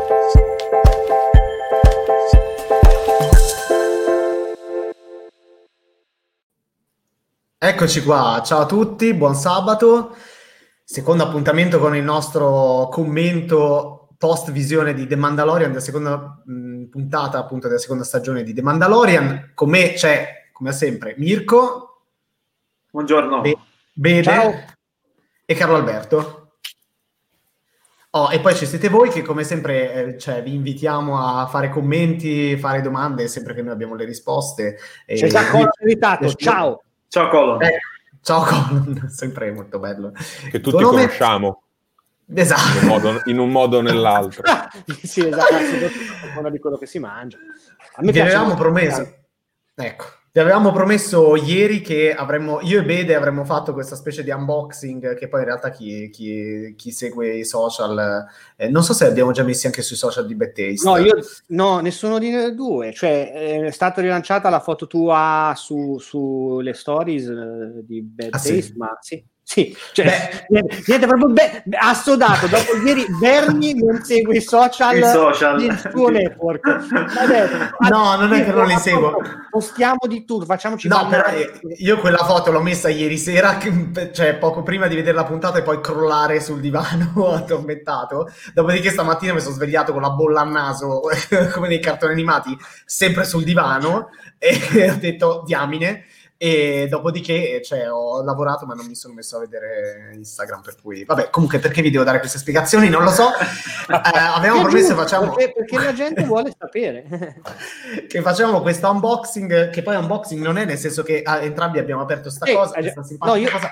Eccoci qua, ciao a tutti, buon sabato. Secondo appuntamento con il nostro commento post visione di The Mandalorian, della seconda puntata appunto della seconda stagione di The Mandalorian. Con me c'è, come sempre, Mirko. Buongiorno. Bede. Ciao. E Carlo Alberto. E poi ci siete voi che come sempre vi invitiamo a fare commenti, fare domande, sempre che noi abbiamo le risposte. C'è già Colon invitato, ciao! Ciao Colon. Ciao Colon, sempre molto bello. Che tutti conosciamo. Esatto. In un modo o nell'altro. Sì, esatto, soprattutto di quello che si mangia. A me Vi avevamo promesso. Ecco. Vi avevamo promesso ieri che io e Bede avremmo fatto questa specie di unboxing, che poi in realtà chi segue i social, non so se abbiamo già messi anche sui social di Bad Taste. No, nessuno di noi due, è stata rilanciata la foto tua sulle stories di Bad Taste, sì? ma sì, cioè, niente, proprio assodato. Dopo ieri Bernie non segue i social del suo network. No, non è che non li seguo. Postiamo di tutto, facciamoci. No, però io quella foto l'ho messa ieri sera, cioè poco prima di vedere la puntata e poi crollare sul divano addormentato. Dopodiché stamattina mi sono svegliato con la bolla al naso, come nei cartoni animati, sempre sul divano, e ho detto diamine. E dopodiché ho lavorato ma non mi sono messo a vedere Instagram, per cui vabbè, comunque perché vi devo dare queste spiegazioni non lo so. Avevamo promesso perché la gente vuole sapere che facciamo questo unboxing, che poi unboxing non è nel senso che entrambi abbiamo aperto questa simpatica cosa.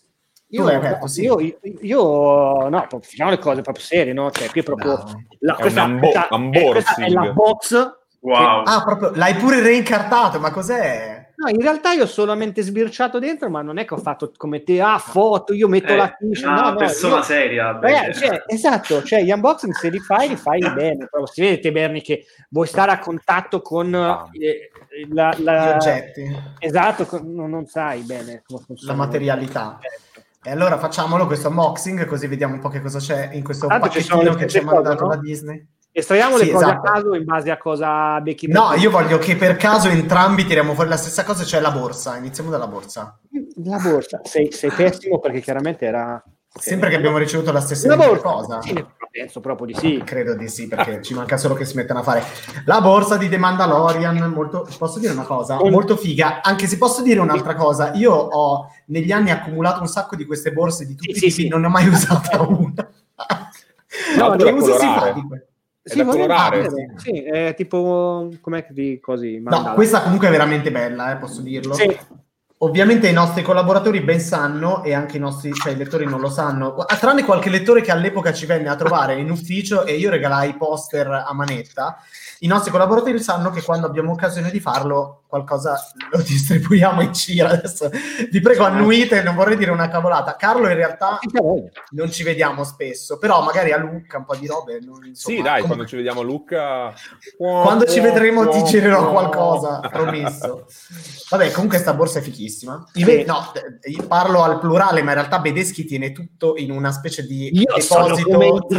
Io no, facciamo le cose proprio serie, no? Cioè qui è proprio questa è la box. Wow. Proprio l'hai pure reincartato, ma cos'è? No, in realtà io ho solamente sbirciato dentro, ma non è che ho fatto come te, foto, io metto la t-shirt. No, persona seria. Esatto, cioè gli unboxing se li fai bene, però si vede te Berni che vuoi stare a contatto con gli oggetti. Esatto, non sai bene come funziona. La materialità. E allora facciamolo questo unboxing, così vediamo un po' che cosa c'è in questo pacchettino che ci ha mandato la Disney. Estraiamo le cose a caso in base a cosa becchi. No, io voglio che per caso entrambi tiriamo fuori la stessa cosa, cioè la borsa. Iniziamo dalla borsa. La borsa, sei pessimo perché chiaramente era... Sempre che abbiamo ricevuto la stessa cosa. Sì, penso proprio di sì. Credo di sì, perché ci manca solo che si mettano a fare la borsa di The Mandalorian. Posso dire una cosa? Molto figa. Anche se posso dire un'altra cosa, io ho negli anni accumulato un sacco di queste borse di tutti i tipi, non ne ho mai usata una. No, che uso si fa di questo? È da colorare. Sì, è tipo com'è di così. No, questa comunque è veramente bella, posso dirlo. Sì. Ovviamente i nostri collaboratori ben sanno, e anche i nostri, i lettori non lo sanno, tranne qualche lettore che all'epoca ci venne a trovare in ufficio e io regalai poster a manetta. I nostri collaboratori sanno che quando abbiamo occasione di farlo qualcosa lo distribuiamo in giro. Adesso vi prego annuite, non vorrei dire una cavolata. Carlo in realtà non ci vediamo spesso, però magari a Lucca un po' di robe sì, dai, quando ci vediamo a Lucca quando ci vedremo ti girerò qualcosa, promesso. Vabbè, comunque sta borsa è fichissima. Io parlo al plurale, ma in realtà Bedeschi tiene tutto in una specie di deposito.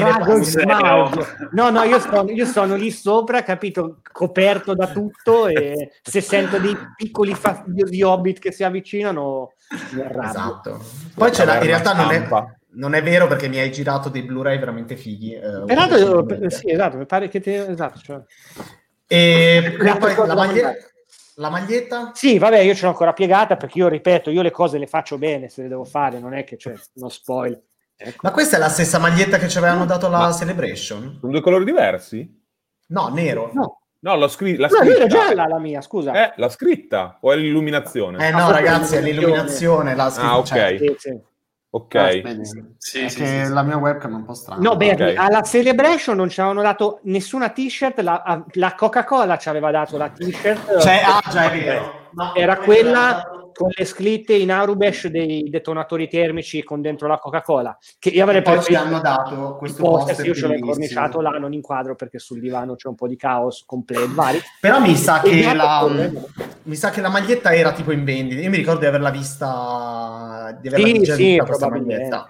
No, io sono lì sopra, capito, coperto da tutto, e se sento dei piccoli fastidiosi hobbit che si avvicinano mi arrabbio. Esatto. Poi in realtà non è vero, perché mi hai girato dei Blu-ray veramente fighi. Peraltro, sì, esatto, mi pare che esatto, cioè. E poi la maglietta? Sì, vabbè, io ce l'ho ancora piegata, perché io ripeto, io le cose le faccio bene se le devo fare, non è che c'è uno spoiler. Ecco. Ma questa è la stessa maglietta che ci avevano dato alla Celebration? Sono due colori diversi? No, nero. No, la scritta. No, era gialla la mia, scusa. La scritta o è l'illuminazione? No, ragazzi, è l'illuminazione. La scritta. Ok. Sì. Ok. Sì, la mia webcam è un po' strana. No, beh, alla Celebration non ci avevano dato nessuna t-shirt, la Coca-Cola ci aveva dato la t-shirt. Già è vero. No, era quella con le scritte in Arubesh dei detonatori termici con dentro la Coca-Cola, che io avrei poi ci hanno dato questo poster. Io ce l'ho incorniciato là, non in quadro, perché sul divano c'è un po' di caos completo vari. Però mi sa che la maglietta era tipo in vendita. Io mi ricordo di averla vista, vista questa maglietta.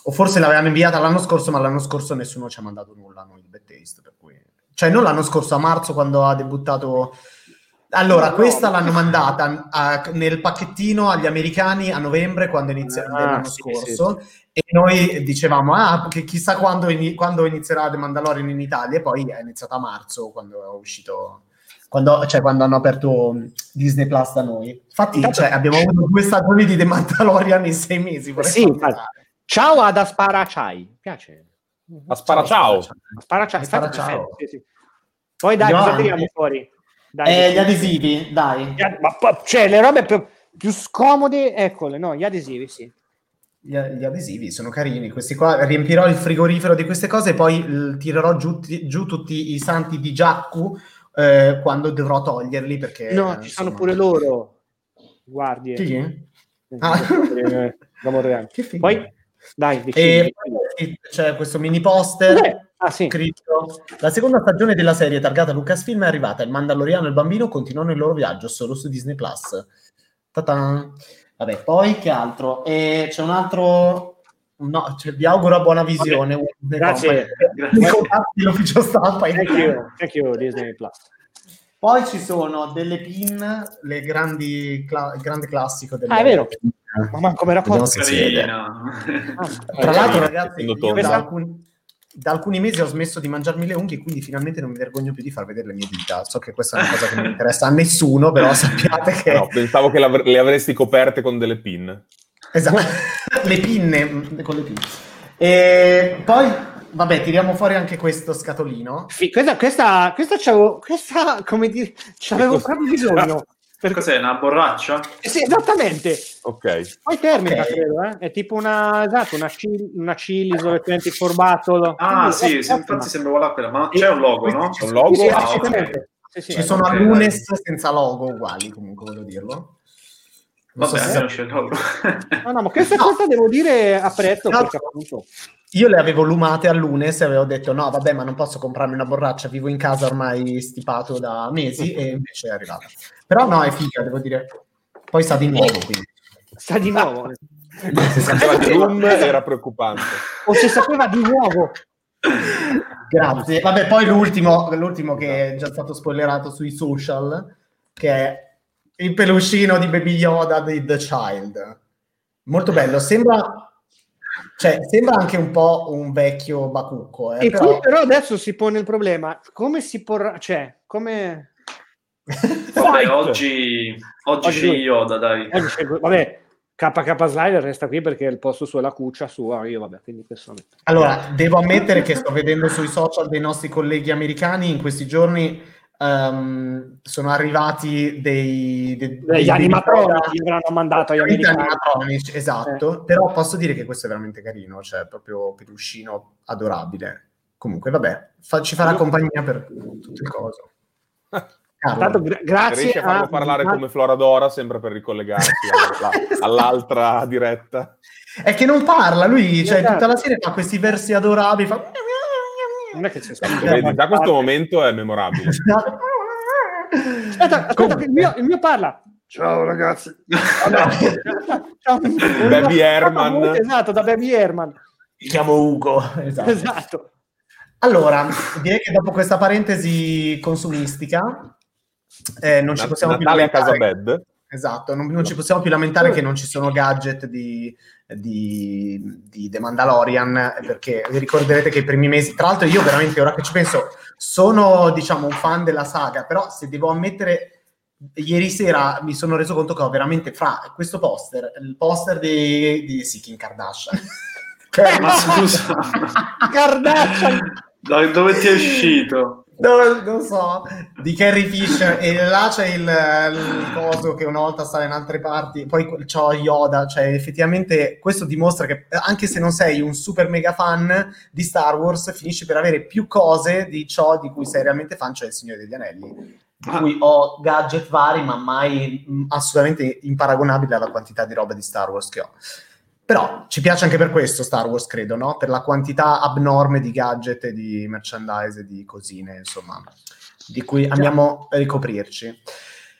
o forse l'avevano inviata l'anno scorso, ma l'anno scorso nessuno ci ha mandato nulla a noi di Bad Taste, per cui... Cioè non l'anno scorso, a marzo, quando ha debuttato... Allora, questa l'hanno mandata nel pacchettino agli americani a novembre, quando dell'anno scorso, e noi dicevamo, che chissà quando inizierà The Mandalorian in Italia, e poi è iniziata a marzo, quando è uscito... Quando hanno aperto Disney Plus da noi. Infatti, abbiamo avuto 2 stagioni di The Mandalorian in 6 mesi. Sì, ciao ad Asparacai. Piace? Asparacciao. Asparacciao. Sì. Poi dai, cosa tiriamo fuori? Dai, gli adesivi, dai. Cioè, le robe più scomode, eccole, no, gli adesivi, sì. Gli adesivi sono carini, questi qua. Riempirò il frigorifero di queste cose e poi tirerò giù tutti i santi di Jakku quando dovrò toglierli, perché... No, ci sono pure loro. Guardie. Sì? Che figo. Poi, dai, c'è questo mini poster... sì. Scritto: la seconda stagione della serie targata Lucasfilm è arrivata. Il Mandaloriano e il bambino continuano il loro viaggio solo su Disney Plus. Ta-ta. Vabbè, poi che altro? C'è un altro. No, vi auguro buona visione. Grazie. L'ufficio stampa. Thank you, Disney Plus. Poi ci sono delle pin, le grandi il grande classico delle... è vero. Ma come racconta? Tra l'altro, ragazzi, io da alcuni mesi ho smesso di mangiarmi le unghie, quindi finalmente non mi vergogno più di far vedere le mie dita. So che questa è una cosa che non interessa a nessuno, però sappiate che... No, pensavo che le avresti coperte con delle pin. Esatto, le pinne con le pinne. E poi, vabbè, tiriamo fuori anche questo scatolino. Questa come dire, c'avevo proprio bisogno. Cos'è, una borraccia? Sì, esattamente. Ok. Poi termica, credo, È tipo una chili 24 bottle. Sì, infatti sembrava là quella, ma c'è un logo, no? C'è un logo? Sì, okay. Ci sono allunes senza logo uguali, comunque, voglio dirlo. Vabbè, non c'è il logo. No, ma questa devo dire apprezzo, perché appunto... Io le avevo lumate a lunes e avevo detto no, vabbè, ma non posso comprarmi una borraccia, vivo in casa ormai stipato da mesi, e invece è arrivata. Però no, è figa, devo dire. Poi sa di nuovo, quindi. Sa di nuovo. Se sapeva di rum era preoccupante. O se sapeva di nuovo. Grazie. Vabbè, poi l'ultimo che è già stato spoilerato sui social, che è il peluscino di Baby Yoda di The Child. Molto bello, sembra anche un po' un vecchio bacucco. E però... Qui però adesso si pone il problema, come si porrà, come... Vabbè, oggi c'è Yoda, dai. Vabbè, KK Slider resta qui perché il posto su è la cuccia sua, io vabbè, quindi questo... Allora, devo ammettere che sto vedendo sui social dei nostri colleghi americani in questi giorni sono arrivati degli animatronici che avranno mandato agli americani. Esatto, però posso dire che questo è veramente carino, cioè proprio peluscino adorabile. Comunque vabbè, ci farà compagnia per tutto il coso. Grazie riesci a farlo parlare come Floradora, sempre per ricollegarsi all'altra diretta. È che non parla lui, cioè tutta la serie fa questi versi adorabili, fa... Non è che c'è già questo momento è memorabile. Aspetta, che il mio parla. Ciao ragazzi. Baby Herman. Esatto, da Baby Herman. Mi chiamo Ugo. Esatto. Allora, direi che dopo questa parentesi consumistica non ci possiamo più lamentare. A casa bed. Esatto, non ci possiamo più lamentare che non ci sono gadget di The Mandalorian, perché vi ricorderete che i primi mesi, tra l'altro io veramente, ora che ci penso, sono diciamo un fan della saga, però se devo ammettere, ieri sera mi sono reso conto che ho veramente questo poster, il poster di Kim Kardashian. Ma scusa, Kardashian! Dove ti è uscito? Non so, di Carrie Fisher, e là c'è il coso che una volta stava in altre parti, poi c'ho Yoda, cioè effettivamente questo dimostra che anche se non sei un super mega fan di Star Wars, finisci per avere più cose di ciò di cui sei realmente fan, cioè il Signore degli Anelli, di cui ho gadget vari, ma mai assolutamente imparagonabile alla quantità di roba di Star Wars che ho. Però ci piace anche per questo Star Wars, credo, no? Per la quantità abnorme di gadget e di merchandise e di cosine, insomma, di cui andiamo a ricoprirci.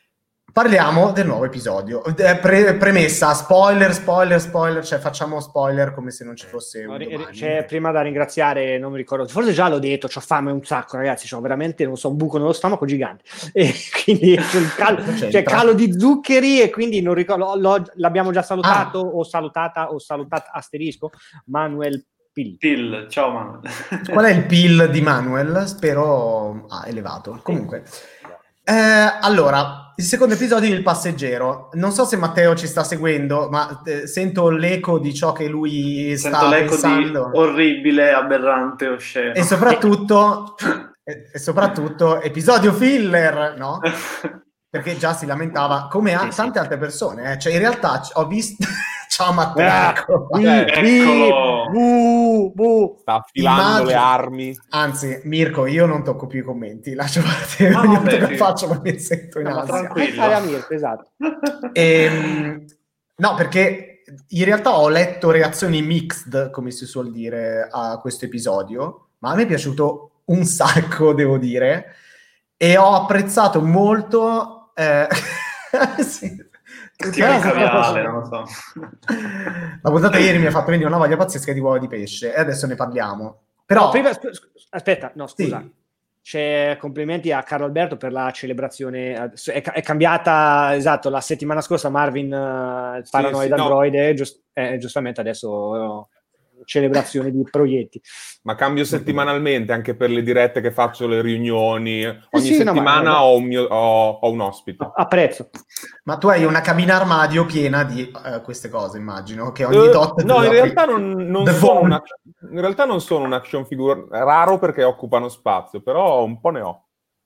Parliamo del nuovo episodio. Premessa, spoiler, cioè facciamo spoiler come se non ci fosse un domani. C'è prima da ringraziare, non mi ricordo, forse già l'ho detto, c'ho fame un sacco, ragazzi, c'ho veramente, non so, un buco nello stomaco gigante. E quindi c'è calo di zuccheri e quindi non ricordo, l'abbiamo già salutato o salutata asterisco, Manuel Pill, ciao Manuel. Qual è il PIL di Manuel? Spero elevato. Comunque. Allora, il secondo episodio è Il passeggero. Non so se Matteo ci sta seguendo, ma sento l'eco di ciò che lui sta pensando. Di orribile, aberrante, osceno. E soprattutto episodio filler, no? Perché già si lamentava, come tante altre persone. Cioè, in realtà ho visto... Ciao Matteo. Eccolo. Sta affilando le armi. Anzi, Mirko, io non tocco più i commenti. Lascio parte. Ogni volta che faccio ma mi sento in ansia. Tranquillo. Mirko, esatto. No, perché in realtà ho letto reazioni mixed, come si suol dire, a questo episodio, ma a me è piaciuto un sacco, devo dire, e ho apprezzato molto... sì. Caviale, non lo so. La puntata ieri mi ha fatto venire una voglia pazzesca di uova di pesce e adesso ne parliamo. Però scusa. Sì. C'è complimenti a Carlo Alberto per la celebrazione. È cambiata, esatto, la settimana scorsa Marvin Paranoid Android giustamente adesso celebrazione di proietti. Ma cambio settimanalmente anche per le dirette che faccio, le riunioni. Ogni settimana ho un ospite. Apprezzo. Ma tu hai una cabina armadio piena di queste cose, immagino. Che ogni tot no, in realtà non sono un action figure raro perché occupano spazio, però un po' ne ho.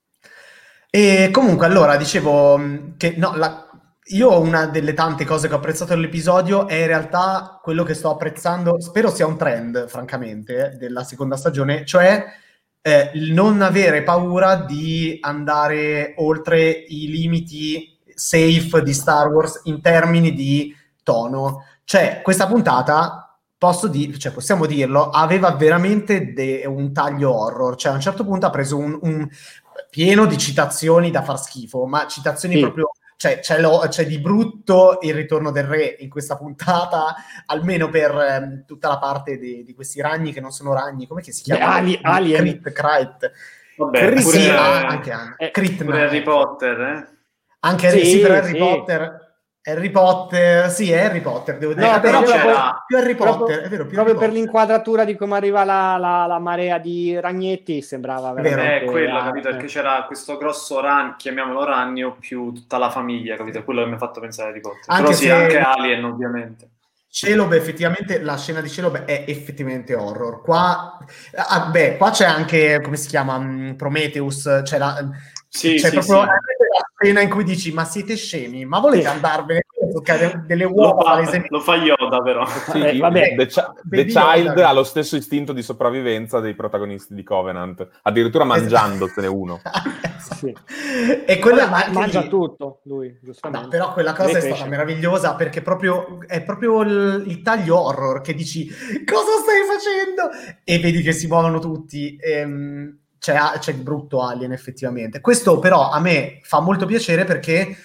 E comunque, allora, dicevo che io una delle tante cose che ho apprezzato dell'episodio è in realtà quello che sto apprezzando, spero sia un trend, francamente, della seconda stagione, cioè il non avere paura di andare oltre i limiti safe di Star Wars in termini di tono. Cioè, questa puntata, possiamo dirlo, aveva veramente un taglio horror. Cioè, a un certo punto ha preso un pieno di citazioni da far schifo, ma citazioni proprio... Cioè, c'è di brutto il ritorno del re in questa puntata, almeno per tutta la parte di questi ragni che non sono ragni, come si chiamano? Alien. Crit. Vabbè, anche Harry Potter, Anche per Harry Potter. Harry Potter, devo dire. No, però più Harry Potter, è vero, più proprio Harry per l'inquadratura di come arriva la marea di ragnetti, sembrava veramente... È quello, capito? Perché c'era questo grosso ragno, chiamiamolo ragno, più tutta la famiglia, capito? Quello che mi ha fatto pensare a Harry Potter. Anche Alien, ovviamente. Shelob, effettivamente, la scena di Shelob è effettivamente horror. Qua c'è anche, come si chiama, Prometheus, c'è proprio la scena in cui dici, ma siete scemi? Ma volete andarvene a toccare delle uova? Lo fa Yoda, però. Sì, vabbè. The Child ha lo stesso istinto di sopravvivenza dei protagonisti di Covenant, addirittura mangiandosene uno. Sì. E quella mangia tutto lui, giustamente. No, però quella cosa è stata meravigliosa perché è proprio il taglio horror che dici cosa stai facendo e vedi che si muovono tutti. C'è il brutto Alien effettivamente. Questo però a me fa molto piacere perché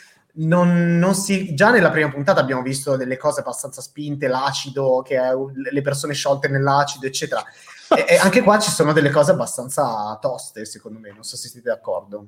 già nella prima puntata abbiamo visto delle cose abbastanza spinte, l'acido, le persone sciolte nell'acido, eccetera. E anche qua ci sono delle cose abbastanza toste, secondo me. Non so se siete d'accordo.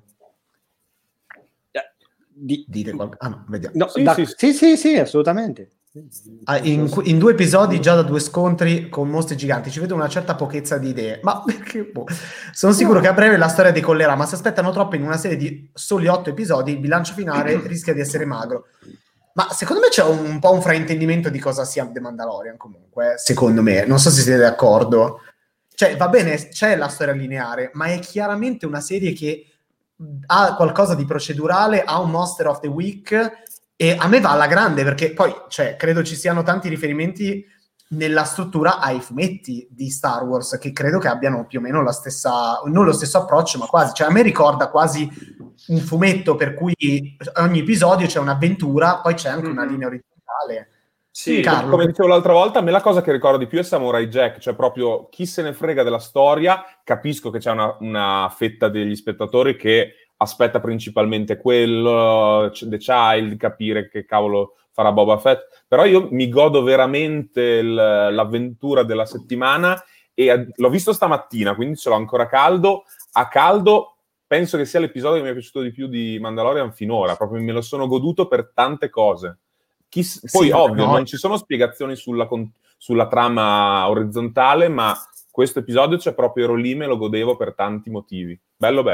Dite qualcosa. No, vediamo. No, sì, assolutamente. In 2 episodi già da 2 scontri con mostri giganti ci vedo una certa pochezza di idee, ma perché sono sicuro che a breve la storia decollerà, ma se aspettano troppo in una serie di soli 8 episodi il bilancio finale rischia di essere magro. Ma secondo me c'è un po' un fraintendimento di cosa sia The Mandalorian comunque, secondo me, non so se siete d'accordo. Cioè va bene, c'è la storia lineare, ma è chiaramente una serie che ha qualcosa di procedurale, ha un Monster of the Week. E a me va alla grande, perché poi, credo ci siano tanti riferimenti nella struttura ai fumetti di Star Wars, che credo che abbiano più o meno non lo stesso approccio, ma quasi. Cioè, a me ricorda quasi un fumetto per cui ogni episodio c'è un'avventura, poi c'è anche una linea orizzontale. Sì, come dicevo l'altra volta, a me la cosa che ricordo di più è Samurai Jack, cioè proprio chi se ne frega della storia, capisco che c'è una fetta degli spettatori che aspetta principalmente quello, The Child, capire che cavolo farà Boba Fett, però io mi godo veramente l'avventura della settimana e l'ho visto stamattina, quindi ce l'ho ancora caldo. A caldo penso che sia l'episodio che mi è piaciuto di più di Mandalorian finora, proprio me lo sono goduto per tante cose. Poi ovvio, non ci sono spiegazioni sulla trama orizzontale, ma questo episodio c'è proprio, ero lì, me lo godevo per tanti motivi. Bello.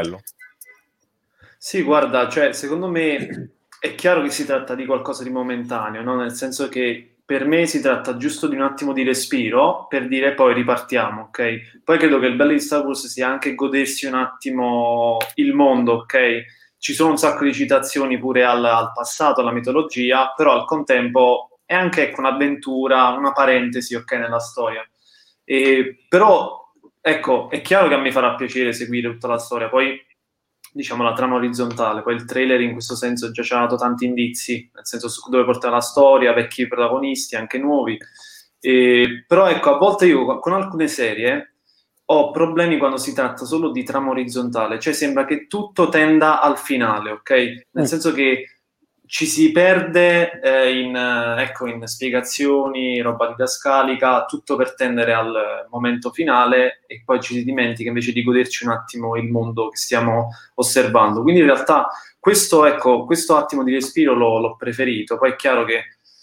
Sì, guarda, cioè, secondo me è chiaro che si tratta di qualcosa di momentaneo, no? Nel senso che per me si tratta giusto di un attimo di respiro per dire poi ripartiamo, ok? Poi credo che il bello di Star Wars sia anche godersi un attimo il mondo, ok? Ci sono un sacco di citazioni pure al passato, alla mitologia, però al contempo è anche un'avventura, una parentesi, ok, nella storia. Però, ecco, è chiaro che a me farà piacere seguire tutta la storia, poi diciamo la trama orizzontale, poi il trailer in questo senso già ci ha dato tanti indizi, nel senso su dove porta la storia, vecchi protagonisti, anche nuovi, però ecco, a volte io con alcune serie ho problemi quando si tratta solo di trama orizzontale, cioè sembra che tutto tenda al finale, ok? Nel senso che ci si perde in spiegazioni, roba didascalica, tutto per tendere al momento finale e poi ci si dimentica invece di goderci un attimo il mondo che stiamo osservando. Quindi in realtà questo attimo di respiro l'ho preferito. Poi è chiaro che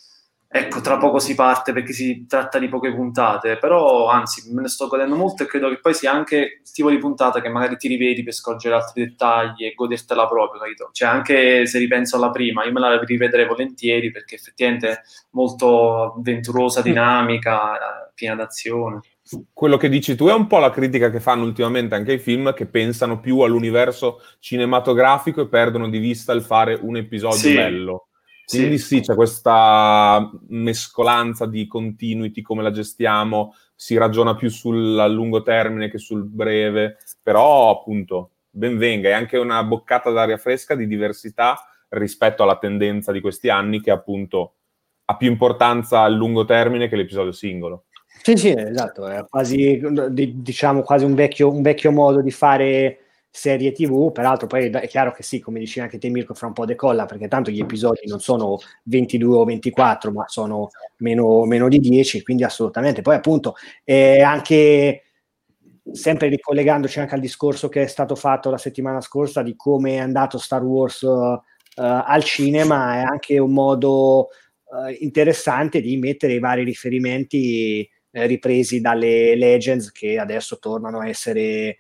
tra poco si parte perché si tratta di poche puntate, però anzi me ne sto godendo molto e credo che poi sia anche il tipo di puntata che magari ti rivedi per scorgere altri dettagli e godertela proprio, capito? Cioè anche se ripenso alla prima, io me la rivedrei volentieri perché effettivamente è molto avventurosa, dinamica, piena d'azione. Quello che dici tu è un po' la critica che fanno ultimamente anche i film, che pensano più all'universo cinematografico e perdono di vista il fare un episodio bello. Quindi sì, c'è questa mescolanza di continuity, come la gestiamo, si ragiona più sul lungo termine che sul breve, però appunto ben venga, è anche una boccata d'aria fresca di diversità rispetto alla tendenza di questi anni che appunto ha più importanza al lungo termine che l'episodio singolo. Sì, esatto, è quasi, diciamo, quasi un vecchio modo di fare serie TV, peraltro poi è chiaro che sì, come dicevi anche te Mirko, fra un po' decolla, perché tanto gli episodi non sono 22 o 24, ma sono meno di 10, quindi assolutamente. Poi appunto anche, sempre ricollegandoci anche al discorso che è stato fatto la settimana scorsa di come è andato Star Wars al cinema, è anche un modo interessante di mettere i vari riferimenti ripresi dalle Legends che adesso tornano a essere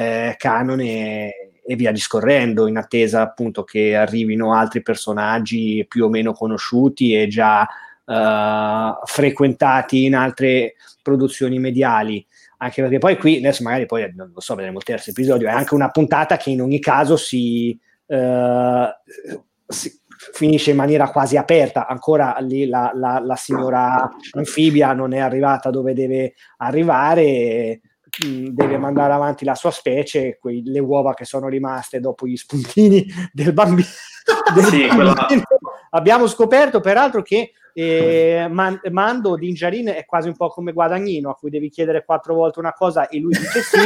canone e via discorrendo, in attesa appunto che arrivino altri personaggi più o meno conosciuti e già frequentati in altre produzioni mediali, anche perché poi qui adesso magari poi non lo so, vedremo il terzo episodio, è anche una puntata che in ogni caso si finisce in maniera quasi aperta, ancora lì la signora anfibia non è arrivata dove deve arrivare, deve mandare avanti la sua specie, le uova che sono rimaste dopo gli spuntini del bambino. Abbiamo scoperto peraltro che Mando Din Djarin è quasi un po' come Guadagnino, a cui devi chiedere 4 volte una cosa e lui dice sì.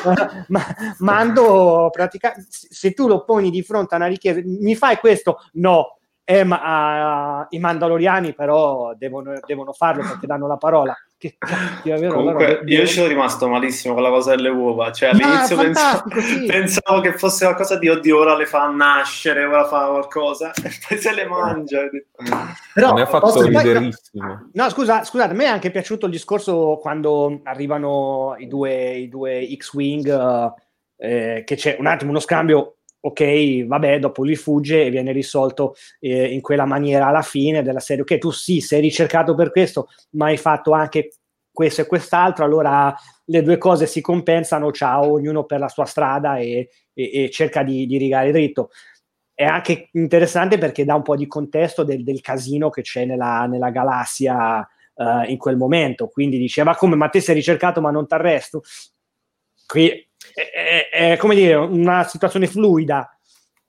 Mando praticamente, se tu lo poni di fronte a una richiesta, mi fai questo? No. I Mandaloriani però devono farlo perché danno la parola. Comunque io ci sono rimasto malissimo con la cosa delle uova, cioè all'inizio pensavo che fosse qualcosa di oddio, ora le fa nascere, ora fa qualcosa e poi se le mangia. Però mi ha fatto riderissimo. No, scusate, a me è anche piaciuto il discorso quando arrivano i due X-Wing, che c'è un attimo uno scambio. Ok, vabbè, dopo lui fugge e viene risolto in quella maniera alla fine della serie. Ok, tu sì, sei ricercato per questo, ma hai fatto anche questo e quest'altro, allora le due cose si compensano, ciao, ognuno per la sua strada e cerca di rigare dritto. È anche interessante perché dà un po' di contesto del casino che c'è nella galassia in quel momento. Quindi diceva, ma te sei ricercato ma non t'arresto? Qui è come dire una situazione fluida.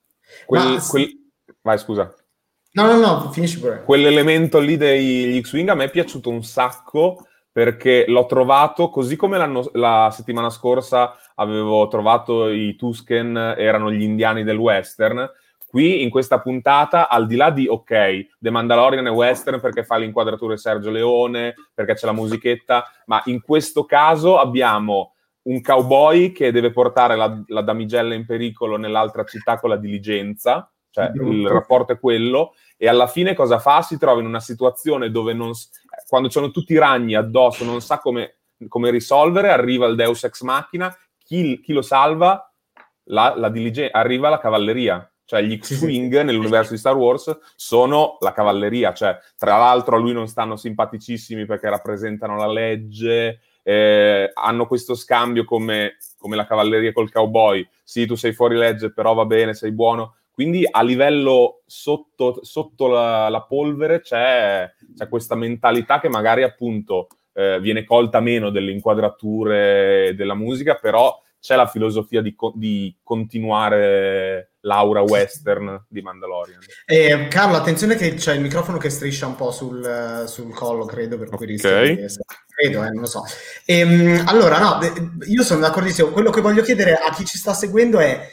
Vai, scusa. No, finisci pure. Quell'elemento lì degli X-Wing a me è piaciuto un sacco perché l'ho trovato, così come la settimana scorsa avevo trovato i Tusken, erano gli indiani del western, qui in questa puntata, al di là di, ok, The Mandalorian è western perché fa l'inquadratura di Sergio Leone, perché c'è la musichetta, ma in questo caso abbiamo un cowboy che deve portare la damigella in pericolo nell'altra città con la diligenza, cioè il rapporto è quello, e alla fine cosa fa? Si trova in una situazione dove quando c'hanno tutti i ragni addosso non sa come risolvere, arriva il Deus Ex Machina, chi lo salva? La diligenza, arriva la cavalleria. Cioè gli X-Wing nell'universo di Star Wars sono la cavalleria, cioè tra l'altro a lui non stanno simpaticissimi perché rappresentano la legge, hanno questo scambio come la cavalleria col cowboy, sì tu sei fuori legge però va bene, sei buono, quindi a livello sotto la polvere c'è questa mentalità che magari appunto viene colta meno delle inquadrature della musica, però c'è la filosofia di continuare l'aura western di Mandalorian. Carlo, attenzione che c'è il microfono che striscia un po' sul collo, credo, per cui rischia di essere... Credo, non lo so. Allora, no, io sono d'accordissimo. Quello che voglio chiedere a chi ci sta seguendo è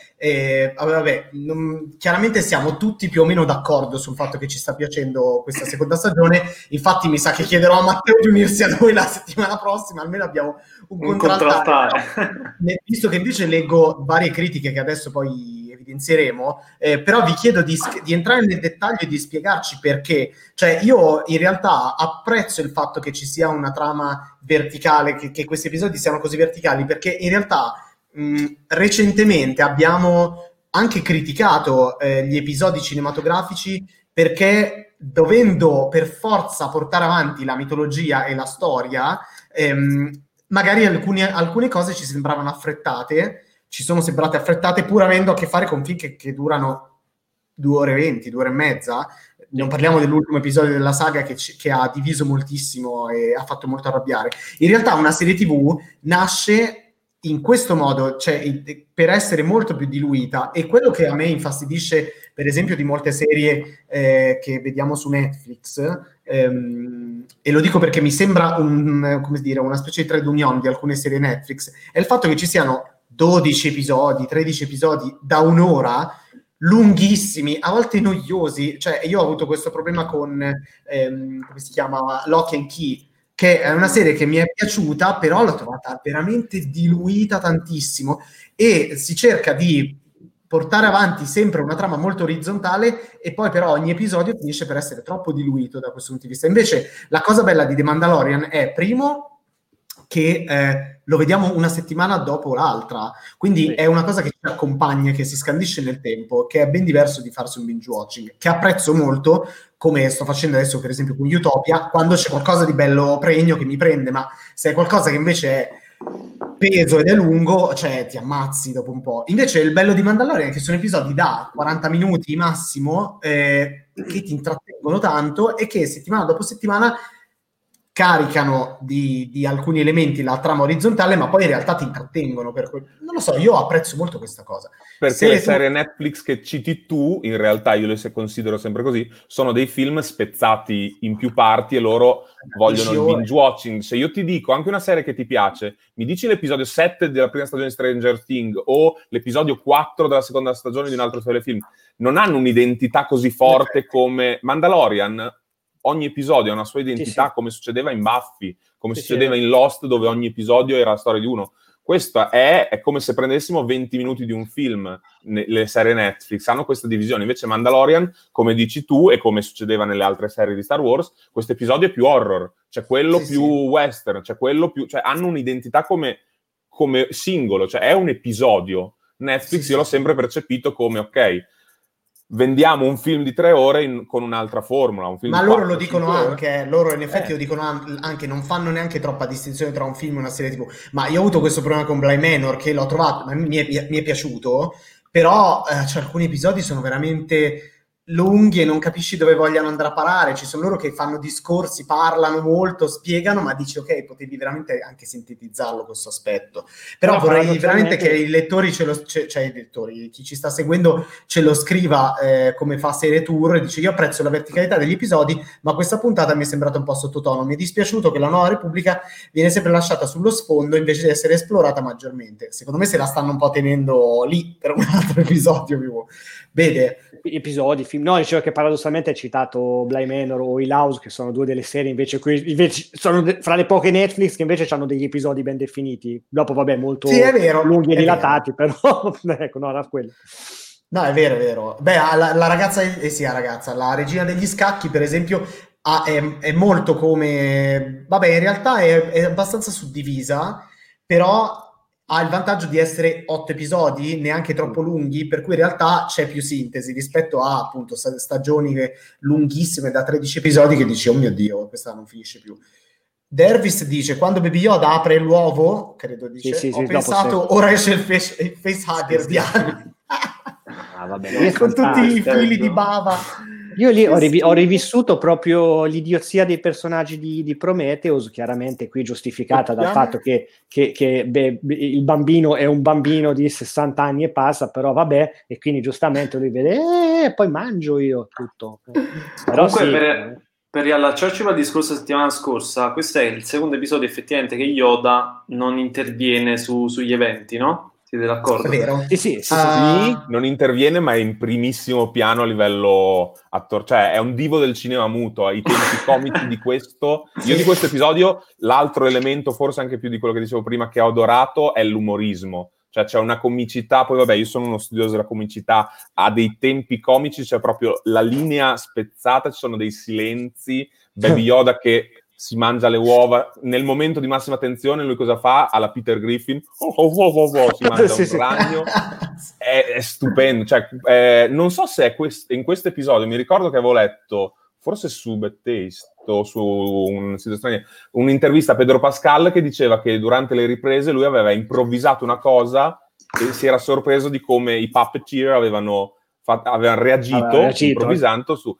chiaramente siamo tutti più o meno d'accordo sul fatto che ci sta piacendo questa seconda stagione, infatti mi sa che chiederò a Matteo di unirsi a noi la settimana prossima, almeno abbiamo un contraltare. Visto che invece leggo varie critiche che adesso poi evidenzieremo, però vi chiedo di entrare nel dettaglio e di spiegarci perché. Cioè io in realtà apprezzo il fatto che ci sia una trama verticale, che questi episodi siano così verticali, perché in realtà recentemente abbiamo anche criticato gli episodi cinematografici perché dovendo per forza portare avanti la mitologia e la storia, magari alcune cose ci sembravano affrettate, ci sono sembrate affrettate pur avendo a che fare con film che durano 2 ore e 20, 2 ore e mezza. Non parliamo dell'ultimo episodio della saga che ha diviso moltissimo e ha fatto molto arrabbiare. In realtà una serie TV nasce in questo modo, cioè per essere molto più diluita, e quello che a me infastidisce per esempio di molte serie che vediamo su Netflix, e lo dico perché mi sembra una specie di trade union di alcune serie Netflix, è il fatto che ci siano 12 episodi, 13 episodi da un'ora, lunghissimi, a volte noiosi. Cioè io ho avuto questo problema con come si chiama, Lock and Key, che è una serie che mi è piaciuta, però l'ho trovata veramente diluita tantissimo, e si cerca di portare avanti sempre una trama molto orizzontale e poi però ogni episodio finisce per essere troppo diluito da questo punto di vista. Invece la cosa bella di The Mandalorian è, primo, che lo vediamo una settimana dopo l'altra, quindi è una cosa che ci accompagna, che si scandisce nel tempo, che è ben diverso di farsi un binge watching, che apprezzo molto, come sto facendo adesso per esempio con Utopia, quando c'è qualcosa di bello pregno che mi prende, ma se è qualcosa che invece è peso ed è lungo, cioè ti ammazzi dopo un po'. Invece il bello di Mandalorian è che sono episodi da 40 minuti massimo, che ti intrattengono tanto e che settimana dopo settimana caricano di alcuni elementi la trama orizzontale, ma poi in realtà ti intrattengono. Non lo so, io apprezzo molto questa cosa. Perché le serie Netflix che citi tu, in realtà io le considero sempre così, sono dei film spezzati in più parti e loro vogliono il binge watching. Se io ti dico anche una serie che ti piace, mi dici l'episodio 7 della prima stagione di Stranger Things o l'episodio 4 della seconda stagione di un altro telefilm, non hanno un'identità così forte come Mandalorian. Ogni episodio ha una sua identità, come succedeva in Buffy, come succedeva in Lost, dove ogni episodio era la storia di uno. Questo è come se prendessimo 20 minuti di un film. Le serie Netflix hanno questa divisione. Invece Mandalorian, come dici tu, e come succedeva nelle altre serie di Star Wars, questo episodio è più horror, c'è quello più western, c'è quello più... Cioè hanno un'identità come singolo, cioè è un episodio. Netflix io l'ho sempre percepito come, ok, vendiamo un film di 3 ore con un'altra formula. Un film ma di loro 4, lo dicono anche, loro in effetti lo dicono anche, non fanno neanche troppa distinzione tra un film e una serie TV. Ma io ho avuto questo problema con Bly Manor, che l'ho trovato, ma mi è piaciuto, però cioè, alcuni episodi sono veramente lunghi e non capisci dove vogliano andare a parare. Ci sono loro che fanno discorsi, parlano molto, spiegano, ma dici ok, potevi veramente anche sintetizzarlo questo aspetto. Però vorrei veramente che i lettori cioè i lettori, chi ci sta seguendo ce lo scriva come fa Serie Tour, e dice io apprezzo la verticalità degli episodi, ma questa puntata mi è sembrata un po' sottotono, mi è dispiaciuto che la Nuova Repubblica viene sempre lasciata sullo sfondo invece di essere esplorata maggiormente. Secondo me se la stanno un po' tenendo lì per un altro episodio. Vede episodi, film. No, dicevo che paradossalmente hai citato Bly Manor o Hill House, che sono due delle serie invece sono fra le poche Netflix che invece hanno degli episodi ben definiti. Dopo, vabbè, molto lunghi e dilatati, però ecco, no, era quello. No, è vero. Beh, la ragazza, la regina degli scacchi, per esempio, è molto come... Vabbè, in realtà è abbastanza suddivisa, però ha il vantaggio di essere 8 episodi, neanche troppo lunghi, per cui in realtà c'è più sintesi rispetto a appunto stagioni lunghissime da 13 episodi che dici, oh mio Dio, questa non finisce più. Dervis dice, quando Baby Yoda apre l'uovo, credo dice, ho pensato, ora esce il facehugger di Anna. Vabbè, con tutti i fili di bava. Io lì ho rivissuto proprio l'idiozia dei personaggi di Prometheus, chiaramente qui giustificata dal fatto che il bambino è un bambino di 60 anni e passa, però vabbè, e quindi giustamente lui vede, poi mangio io tutto. Però comunque per riallacciarci al discorso settimana scorsa, questo è il secondo episodio effettivamente che Yoda non interviene sugli eventi, no? Siete d'accordo? È vero. Sì, non interviene, ma è in primissimo piano a livello attore, cioè è un divo del cinema muto, ai tempi comici di questo. Io di questo episodio, l'altro elemento, forse anche più di quello che dicevo prima, che ho adorato, è l'umorismo. Cioè c'è una comicità, poi vabbè, io sono uno studioso della comicità, ha dei tempi comici, c'è proprio la linea spezzata, ci sono dei silenzi, Baby Yoda che si mangia le uova, nel momento di massima tensione lui cosa fa? Alla Peter Griffin, si mangia un ragno, è stupendo, cioè, non so se è in questo episodio, mi ricordo che avevo letto, forse su Bad Taste o su un sito straniero, un'intervista a Pedro Pascal che diceva che durante le riprese lui aveva improvvisato una cosa e si era sorpreso di come i puppeteer avevano reagito improvvisando su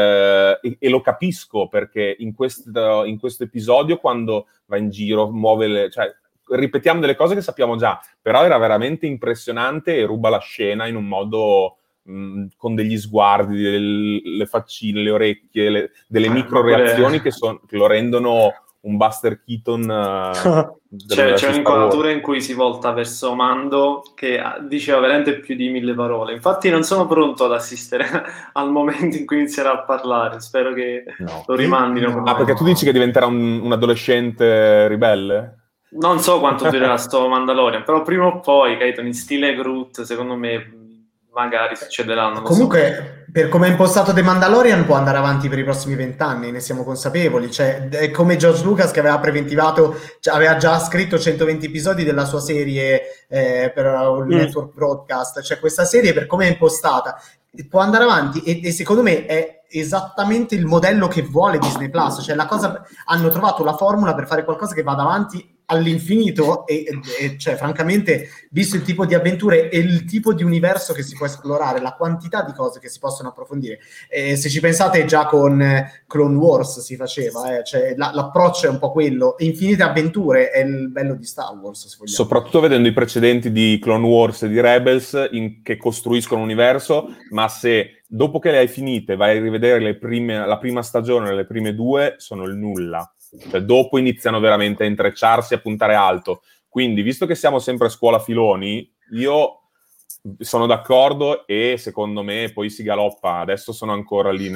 e lo capisco, perché in questo episodio, quando va in giro, muove cioè ripetiamo delle cose che sappiamo già, però era veramente impressionante e ruba la scena in un modo con degli sguardi, le faccine, le orecchie, delle micro reazioni che lo rendono un Buster Keaton. C'è un'inquadratura in cui si volta verso Mando che diceva veramente più di 1000 parole. Infatti non sono pronto ad assistere al momento in cui inizierà a parlare. Spero che lo rimandino. Perché tu dici che diventerà un adolescente ribelle? Non so quanto durerà sto Mandalorian, però prima o poi, Kaito, in stile Groot, secondo me magari succederanno. Comunque, per come è impostato The Mandalorian, può andare avanti per i prossimi 20 anni, ne siamo consapevoli. Cioè, è come George Lucas che aveva preventivato, aveva già scritto 120 episodi della sua serie per il network broadcast. Cioè, questa serie, per come è impostata, può andare avanti e secondo me è esattamente il modello che vuole Disney Plus. Cioè, hanno trovato la formula per fare qualcosa che vada avanti all'infinito e cioè francamente, visto il tipo di avventure e il tipo di universo che si può esplorare, la quantità di cose che si possono approfondire, se ci pensate già con Clone Wars si faceva, cioè l'approccio è un po' quello, infinite avventure è il bello di Star Wars, se vogliamo. Soprattutto vedendo i precedenti di Clone Wars e di Rebels che costruiscono un universo, ma se dopo che le hai finite vai a rivedere la prima stagione, le prime due sono il nulla. Cioè, dopo iniziano veramente a intrecciarsi, a puntare alto. Quindi, visto che siamo sempre a scuola filoni, io sono d'accordo e secondo me poi si galoppa. Adesso sono ancora lì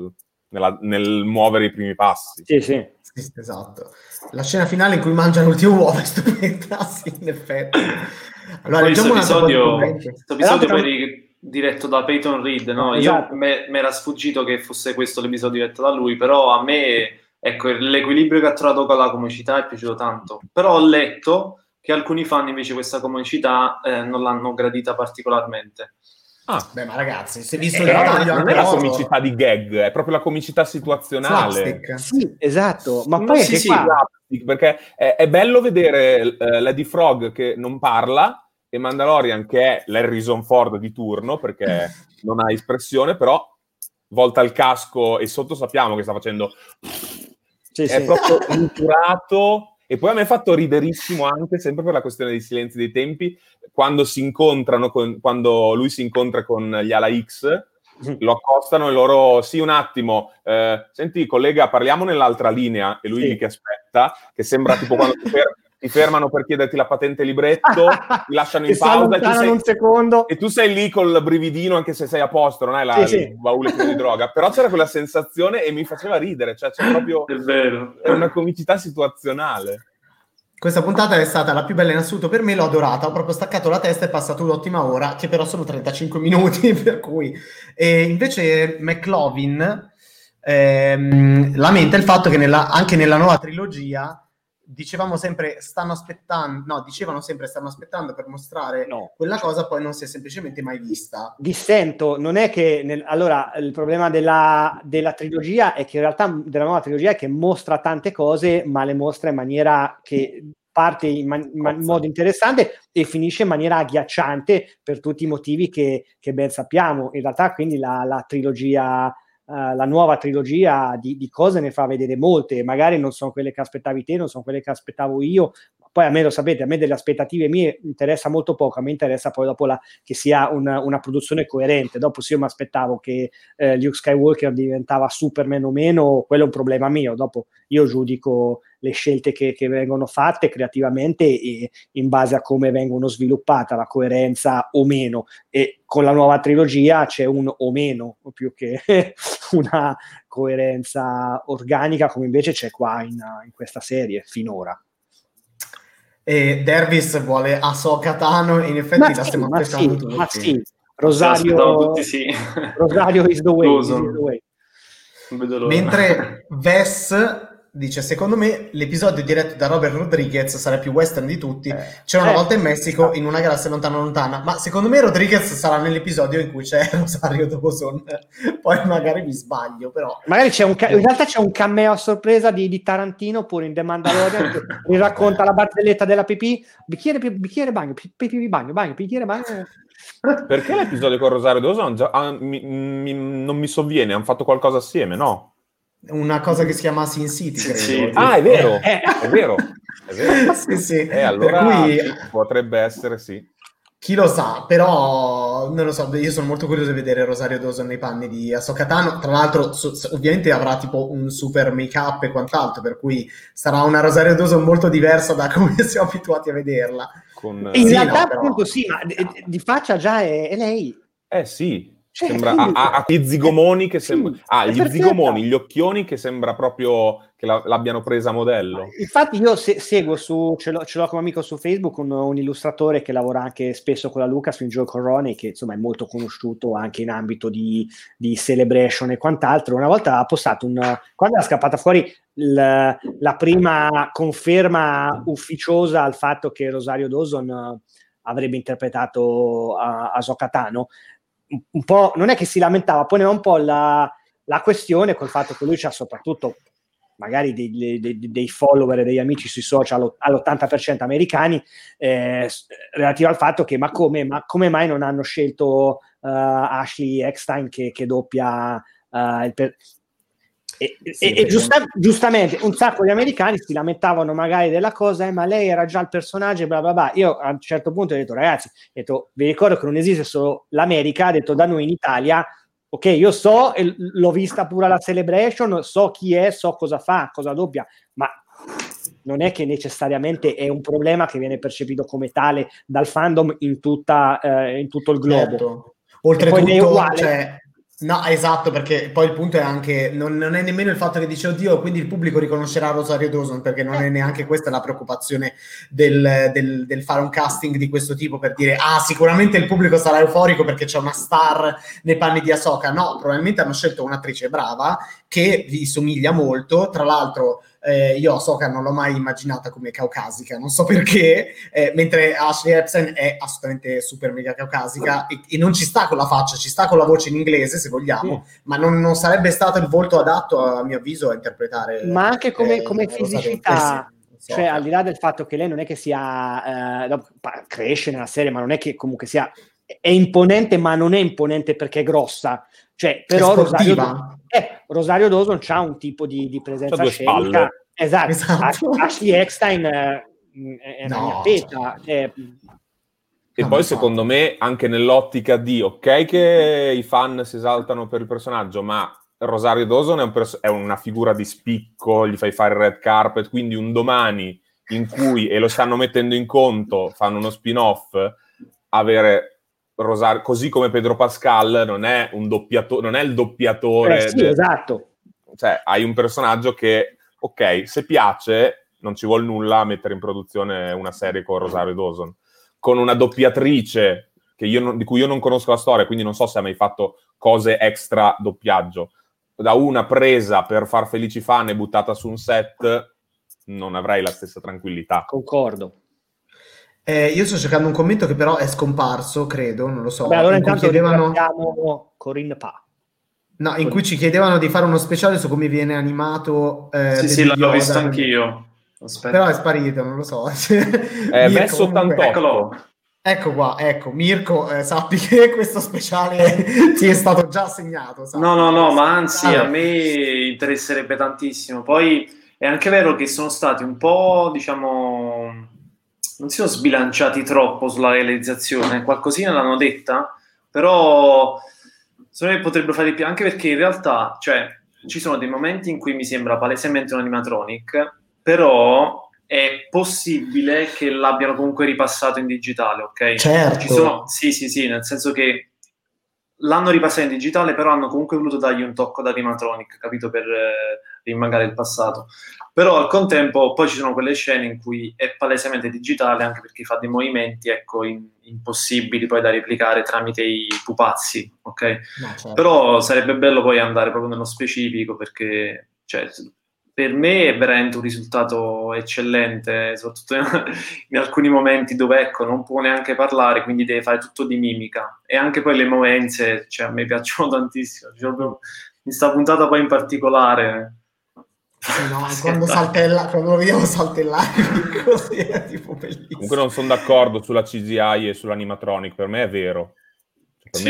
nel muovere i primi passi. Sì, esatto. La scena finale in cui mangiano l'ultimo uovo è stupenda, sì, in effetti. Allora, questo episodio poi diretto da Peyton Reed, no? Esatto. Io mi era sfuggito che fosse questo l'episodio diretto da lui, però a me... Ecco, l'equilibrio che ha trovato con la comicità è piaciuto tanto. Però ho letto che alcuni fan invece questa comicità non l'hanno gradita particolarmente. Beh, ma ragazzi, se visto non è la comicità di gag, è proprio la comicità situazionale. Sì, esatto. Ma poi perché è bello vedere Lady Frog che non parla e Mandalorian che è l'Harrison Ford di turno perché non ha espressione, però volta il casco e sotto sappiamo che sta facendo... Sì, è proprio inturato. E poi a me ha fatto riderissimo anche, sempre per la questione dei silenzi dei tempi, quando si incontrano, quando lui si incontra con gli Ala X, lo accostano e loro, sì, un attimo, senti collega, parliamo nell'altra linea, e lui lì che aspetta, che sembra tipo quando ti fermano per chiederti la patente libretto, ti lasciano in pausa un secondo. E tu sei lì col brividino, anche se sei a posto, non hai il baule pieno di droga, però c'era quella sensazione e mi faceva ridere, cioè c'è proprio... È vero. È una comicità situazionale. Questa puntata è stata la più bella in assoluto per me, l'ho adorata, ho proprio staccato la testa e passato un'ottima ora, che però sono 35 minuti, per cui... E invece McLovin lamenta il fatto che anche nella nuova trilogia dicevano sempre stanno aspettando per mostrare quella cosa, poi non si è semplicemente mai vista. Dissento, non è che... allora, il problema della trilogia è che in realtà della nuova trilogia è che mostra tante cose, ma le mostra in maniera che parte in modo interessante e finisce in maniera agghiacciante per tutti i motivi che ben sappiamo. In realtà quindi la trilogia... la nuova trilogia di cose ne fa vedere molte, magari non sono quelle che aspettavi te, non sono quelle che aspettavo io, poi a me lo sapete, a me delle aspettative mie interessa molto poco, a me interessa poi dopo che sia una produzione coerente. Dopo se io mi aspettavo che Luke Skywalker diventava Superman o meno, quello è un problema mio, dopo io giudico le scelte che vengono fatte creativamente e in base a come vengono sviluppata la coerenza o meno, e con la nuova trilogia c'è un o meno più che una coerenza organica come invece c'è qua in questa serie finora. E Dervis vuole Ahsoka Tano e in effetti la stiamo aspettando tutti. Ma sì, Rosario is the way. Mentre Vess dice, secondo me l'episodio diretto da Robert Rodriguez sarà più western di tutti. C'era una volta in Messico, in una galassia lontana, ma secondo me Rodriguez sarà nell'episodio in cui c'è Rosario Dawson. Poi magari mi sbaglio, però magari in realtà c'è un cameo a sorpresa di Tarantino pure in The Mandalorian che mi racconta la barzelletta della pipì, bicchiere bagno, pipì bagno, bicchiere bagno. Perché l'episodio con Rosario Dawson non mi sovviene, hanno fatto qualcosa assieme, no? Una cosa che si chiama Sin City, credo. Sì. Ah, è vero, è vero. Sì. Allora cui, potrebbe essere sì. Chi lo sa, però non lo so, io sono molto curioso di vedere Rosario Dawson nei panni di Ahsoka Tano. Tra l'altro ovviamente avrà tipo un super make-up e quant'altro, per cui sarà una Rosario Dawson molto diversa da come siamo abituati a vederla. In realtà appunto sì, ma di faccia già è lei. Sì. Sembra ha gli zigomoni che sembra gli zigomoni, gli occhioni che sembra proprio che l'abbiano presa a modello. Infatti io seguo ce l'ho come amico su Facebook un illustratore che lavora anche spesso con la Lucasfilm, Joe Corrone, che insomma è molto conosciuto anche in ambito di Celebration e quant'altro. Una volta ha postato quando era scappata fuori la prima conferma ufficiosa al fatto che Rosario Dawson avrebbe interpretato Ahsoka Tano, un po', non è che si lamentava, poneva un po' la questione col fatto che lui c'ha soprattutto magari dei follower e degli amici sui social all'80% americani, relativo al fatto che ma come mai non hanno scelto Ashley Eckstein che doppia giustamente un sacco di americani si lamentavano magari della cosa, ma lei era già il personaggio, bla bla bla. Io a un certo punto ho detto, ragazzi, vi ricordo che non esiste solo l'America, ha detto da noi in Italia, ok, io so, e l'ho vista pure alla Celebration, so chi è, so cosa fa, cosa doppia, ma non è che necessariamente è un problema che viene percepito come tale dal fandom in tutto il globo. Certo. Oltretutto, no, esatto, perché poi il punto è anche non è nemmeno il fatto che dice oddio, quindi il pubblico riconoscerà Rosario Dawson, perché non è neanche questa la preoccupazione del fare un casting di questo tipo per dire sicuramente il pubblico sarà euforico perché c'è una star nei panni di Ahsoka. No, probabilmente hanno scelto un'attrice brava che vi somiglia molto, tra l'altro io Ahsoka non l'ho mai immaginata come caucasica, non so perché, mentre Ashley Epstein è assolutamente super mega caucasica e non ci sta con la faccia, ci sta con la voce in inglese se vogliamo, ma non sarebbe stato il volto adatto a mio avviso a interpretare, ma anche come fisicità, cioè al di là del fatto che lei non è che sia cresce nella serie, ma non è che comunque sia, è imponente, ma non è imponente perché è grossa, Cioè, però Rosario Dawson c'ha un tipo di presenza scenica. Esatto. Ashley Eckstein è una mia peta. E poi secondo me anche nell'ottica di ok che i fan si esaltano per il personaggio, ma Rosario Dawson è una figura di spicco, gli fai fare il red carpet, quindi un domani in cui, e lo stanno mettendo in conto, fanno uno spin-off, avere Rosario, così come Pedro Pascal non è un doppiatore, non è il doppiatore. Sì, esatto. Cioè, hai un personaggio che, ok, se piace, non ci vuole nulla a mettere in produzione una serie con Rosario Dawson. Con una doppiatrice di cui io non conosco la storia, quindi non so se ha mai fatto cose extra doppiaggio. Da una presa per far felici fan e buttata su un set, non avrei la stessa tranquillità. Concordo. Io sto cercando un commento che però è scomparso, credo, non lo so. Beh, allora intanto ringraziamo Corinne Pa. No, in cui ci chiedevano di fare uno speciale su come viene animato. Sì, l'avevo visto anch'io. Aspetta. Però è sparito, non lo so. Verso 88. Eccolo. Ecco qua, ecco, Mirko, sappi che questo speciale ti è stato già assegnato. Sappi. No, ma anzi, a me interesserebbe tantissimo. Poi è anche vero che sono stati un po', diciamo, non si sono sbilanciati troppo sulla realizzazione, qualcosina l'hanno detta, però secondo me potrebbero fare di più, anche perché in realtà, cioè, ci sono dei momenti in cui mi sembra palesemente un animatronic, però è possibile che l'abbiano comunque ripassato in digitale, ok? Certo. Ci sono, sì, nel senso che l'hanno ripassato in digitale, però hanno comunque voluto dargli un tocco da animatronic, capito, per rimangare il passato. Però al contempo poi ci sono quelle scene in cui è palesemente digitale, anche perché fa dei movimenti, ecco, impossibili poi da replicare tramite i pupazzi, ok? No, certo. Però sarebbe bello poi andare proprio nello specifico, perché, cioè, per me è veramente un risultato eccellente, soprattutto in alcuni momenti dove, ecco, non può neanche parlare, quindi deve fare tutto di mimica. E anche poi le movenze, cioè, a me piacciono tantissimo. Cioè, in sta puntata poi in particolare... Sì, no, quando lo vediamo saltellare così è tipo bellissimo. Comunque non sono d'accordo sulla CGI e sull'animatronic, per me è vero. Per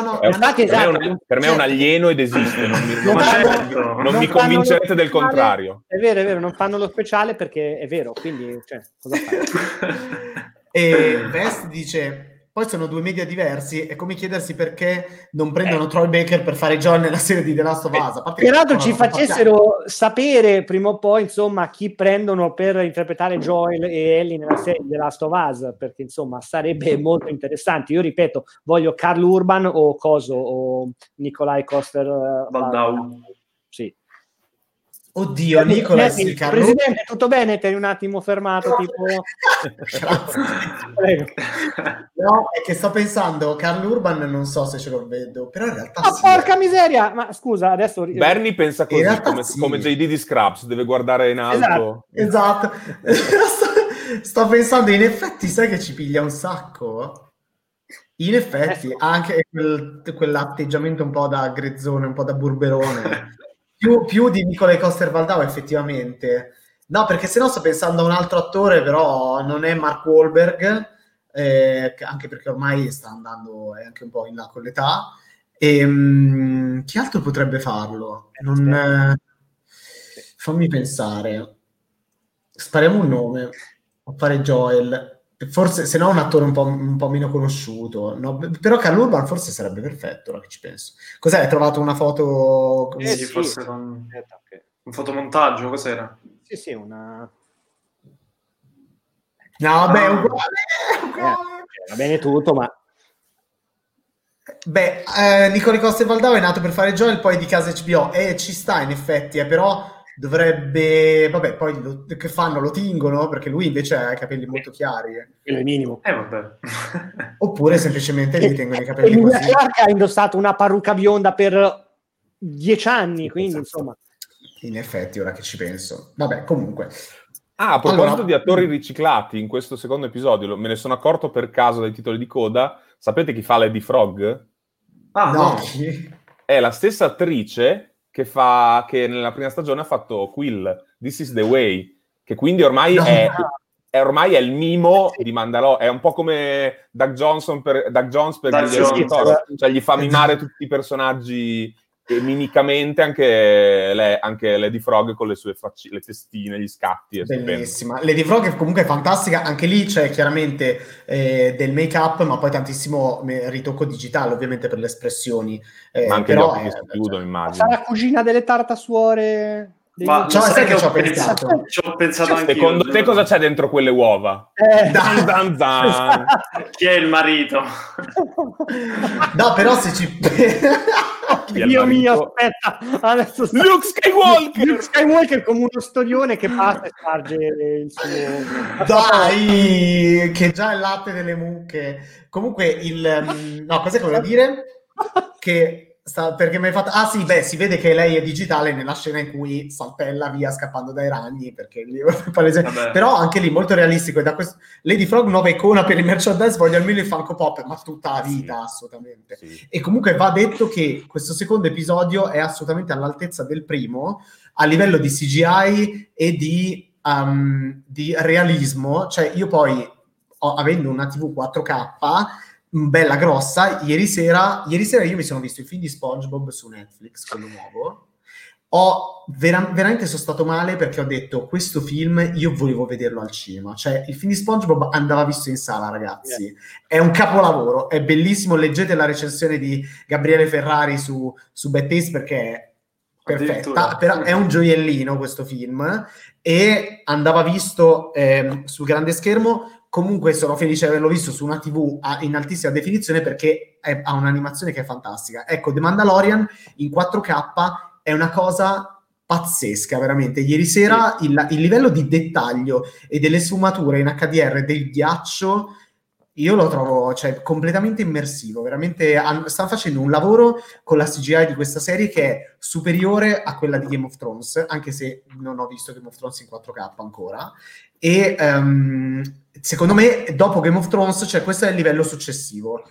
me è un alieno ed esiste, non mi convincete del contrario. È vero, non fanno lo speciale perché è vero, quindi cioè, cosa fare? E Vest dice: poi sono due media diversi, è come chiedersi perché non prendono Troy Baker per fare John nella serie di The Last of Us. Peraltro ci facessero sapere prima o poi, insomma, chi prendono per interpretare Joel e Ellie nella serie di The Last of Us, perché insomma sarebbe molto interessante. Io ripeto, voglio Karl Urban o Nikolai Coster-Waldau. Sì. Oddio, Nicola, Presidente, tutto bene? Ti hai un attimo fermato, tipo... No, è che sto pensando, Karl Urban non so se ce lo vedo, però in realtà sì. Porca miseria! Ma scusa, adesso... Bernie pensa così, come JD di Scraps, deve guardare in alto. Esatto. Sto pensando, in effetti, sai che ci piglia un sacco? In effetti, anche quell'atteggiamento un po' da grezzone, un po' da burberone... Più di Nikolai Coster-Waldau effettivamente. No, perché sennò sto pensando a un altro attore, però non è Mark Wahlberg, anche perché ormai sta andando anche un po' in là con l'età. Chi altro potrebbe farlo? Fammi pensare. Spariamo un nome a fare Joel. Forse, se no, un attore un po' meno conosciuto, no? Però Karl Urban forse sarebbe perfetto, ora che ci penso. Cos'è? Hai trovato una foto? Sì, forse un fotomontaggio, cos'era? Sì, una... No, vabbè, uguale. Va bene tutto, ma... Beh, Nikolai Coster-Waldau è nato per fare Joel, poi di casa HBO, e ci sta in effetti, però... dovrebbe, vabbè, poi che fanno? Lo tingono? Perché lui invece ha i capelli molto chiari. È il minimo. Vabbè. Oppure semplicemente gli tengono i capelli Emilia così. Clarke ha indossato una parrucca bionda per 10 anni, quindi insomma. In effetti, ora che ci penso. Vabbè, comunque. A proposito di attori riciclati in questo secondo episodio, me ne sono accorto per caso dai titoli di coda. Sapete chi fa Lady Frog? No. È la stessa attrice che nella prima stagione ha fatto Quill, This is the Way, che quindi ormai ormai è il mimo di Mandalorian, è un po' come Doug Jones per Guillermo del Toro, cioè gli fa mimare tutti i personaggi mimicamente, anche Lady Frog con le sue le testine, gli scatti. È bellissima. Lady Frog comunque è fantastica, anche lì c'è chiaramente del make-up, ma poi tantissimo ritocco digitale, ovviamente per le espressioni. Ma anche però gli occhi si chiudono, immagino. Sarà cugina delle tartasuore... Ma sai che ci ho pensato? Ci ho pensato anche secondo te cosa c'è dentro quelle uova? Dan dan dan. Chi è il marito? No, però se ci... Dio mio, aspetta, adesso Luke Skywalker come uno storione che passa e sparge il suo... Dai, che già è il latte delle mucche. Comunque no, cos'è che volevo dire? Che perché mi hai fatto... Ah sì, si vede che lei è digitale nella scena in cui saltella via scappando dai ragni, perché lì però anche lì molto realistico. E da questo Lady Frog, nuova icona per il merchandise, voglio almeno il Funko Pop, ma tutta la vita, assolutamente. Sì. E comunque va detto che questo secondo episodio è assolutamente all'altezza del primo, a livello di CGI e di realismo. Cioè io poi, avendo una TV 4K, bella grossa, ieri sera io mi sono visto il film di SpongeBob su Netflix, quello nuovo. Veramente sono stato male, perché ho detto, questo film io volevo vederlo al cinema. Cioè il film di SpongeBob andava visto in sala, ragazzi. È un capolavoro, è bellissimo. Leggete la recensione di Gabriele Ferrari su Bad Taste, perché è perfetta, però è un gioiellino questo film, e andava visto sul grande schermo. Comunque sono felice di averlo visto su una TV in altissima definizione, perché ha un'animazione che è fantastica. Ecco, The Mandalorian in 4K è una cosa pazzesca, veramente. Ieri sera il livello di dettaglio e delle sfumature in HDR del ghiaccio, io lo trovo, cioè, completamente immersivo. Veramente stanno facendo un lavoro con la CGI di questa serie che è superiore a quella di Game of Thrones, anche se non ho visto Game of Thrones in 4K ancora. E secondo me dopo Game of Thrones, cioè, questo è il livello successivo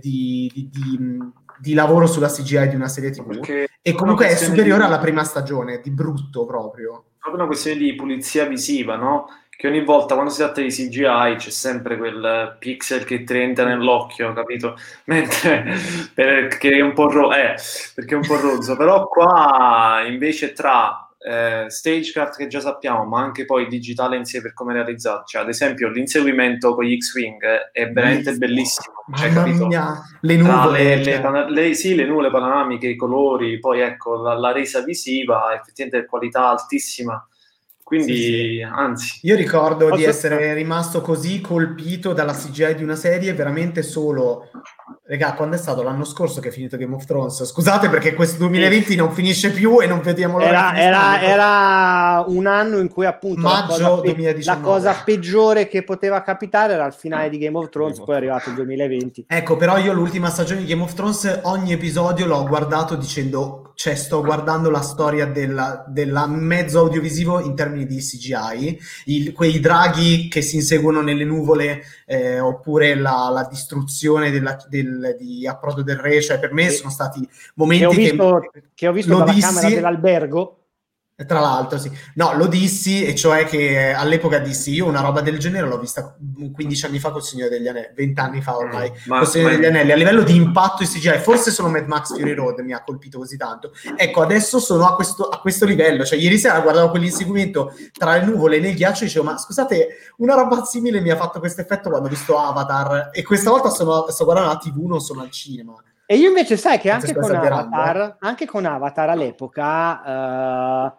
di lavoro sulla CGI di una serie TV, perché e comunque è superiore alla prima stagione, di brutto proprio. Proprio una questione di pulizia visiva, no? Che ogni volta quando si tratta di CGI c'è sempre quel pixel che ti entra nell'occhio, capito? Mentre perché è un po' rozzo, però qua invece tra StageCraft, che già sappiamo, ma anche poi digitale in sé per come è realizzato, cioè ad esempio l'inseguimento con gli X-Wing è veramente bellissimo, cioè, capito? Mia, le nuvole, le nuvole panoramiche, i colori, poi ecco la resa visiva, effettivamente qualità altissima. Quindi, anzi, io ricordo di essere rimasto così colpito dalla CGI di una serie veramente solo, regà, quando è stato? L'anno scorso che è finito Game of Thrones? Scusate, perché questo 2020 non finisce più e non vediamo l'ora. Era un anno in cui appunto maggio 2019. La cosa peggiore che poteva capitare era il finale di Game of Thrones, poi è arrivato il 2020. Ecco, però io l'ultima stagione di Game of Thrones, ogni episodio l'ho guardato dicendo, cioè sto guardando la storia della mezzo audiovisivo in termini di CGI, quei draghi che si inseguono nelle nuvole, oppure la distruzione di Approdo del Re, cioè per me sono stati momenti che ho visto dalla camera dell'albergo. Tra l'altro, sì. No, lo dissi, e cioè che all'epoca dissi, io una roba del genere l'ho vista 15 anni fa col Signore degli Anelli, 20 anni fa ormai, col Signore degli Anelli, a livello di impatto in CGI, forse solo Mad Max Fury Road mi ha colpito così tanto. Ecco, adesso sono a questo livello, cioè ieri sera guardavo quell'inseguimento tra le nuvole e nel ghiaccio e dicevo, ma scusate, una roba simile mi ha fatto questo effetto quando ho visto Avatar, e questa volta sto guardando la TV, non sono al cinema. E io invece sai che anche con Avatar all'epoca...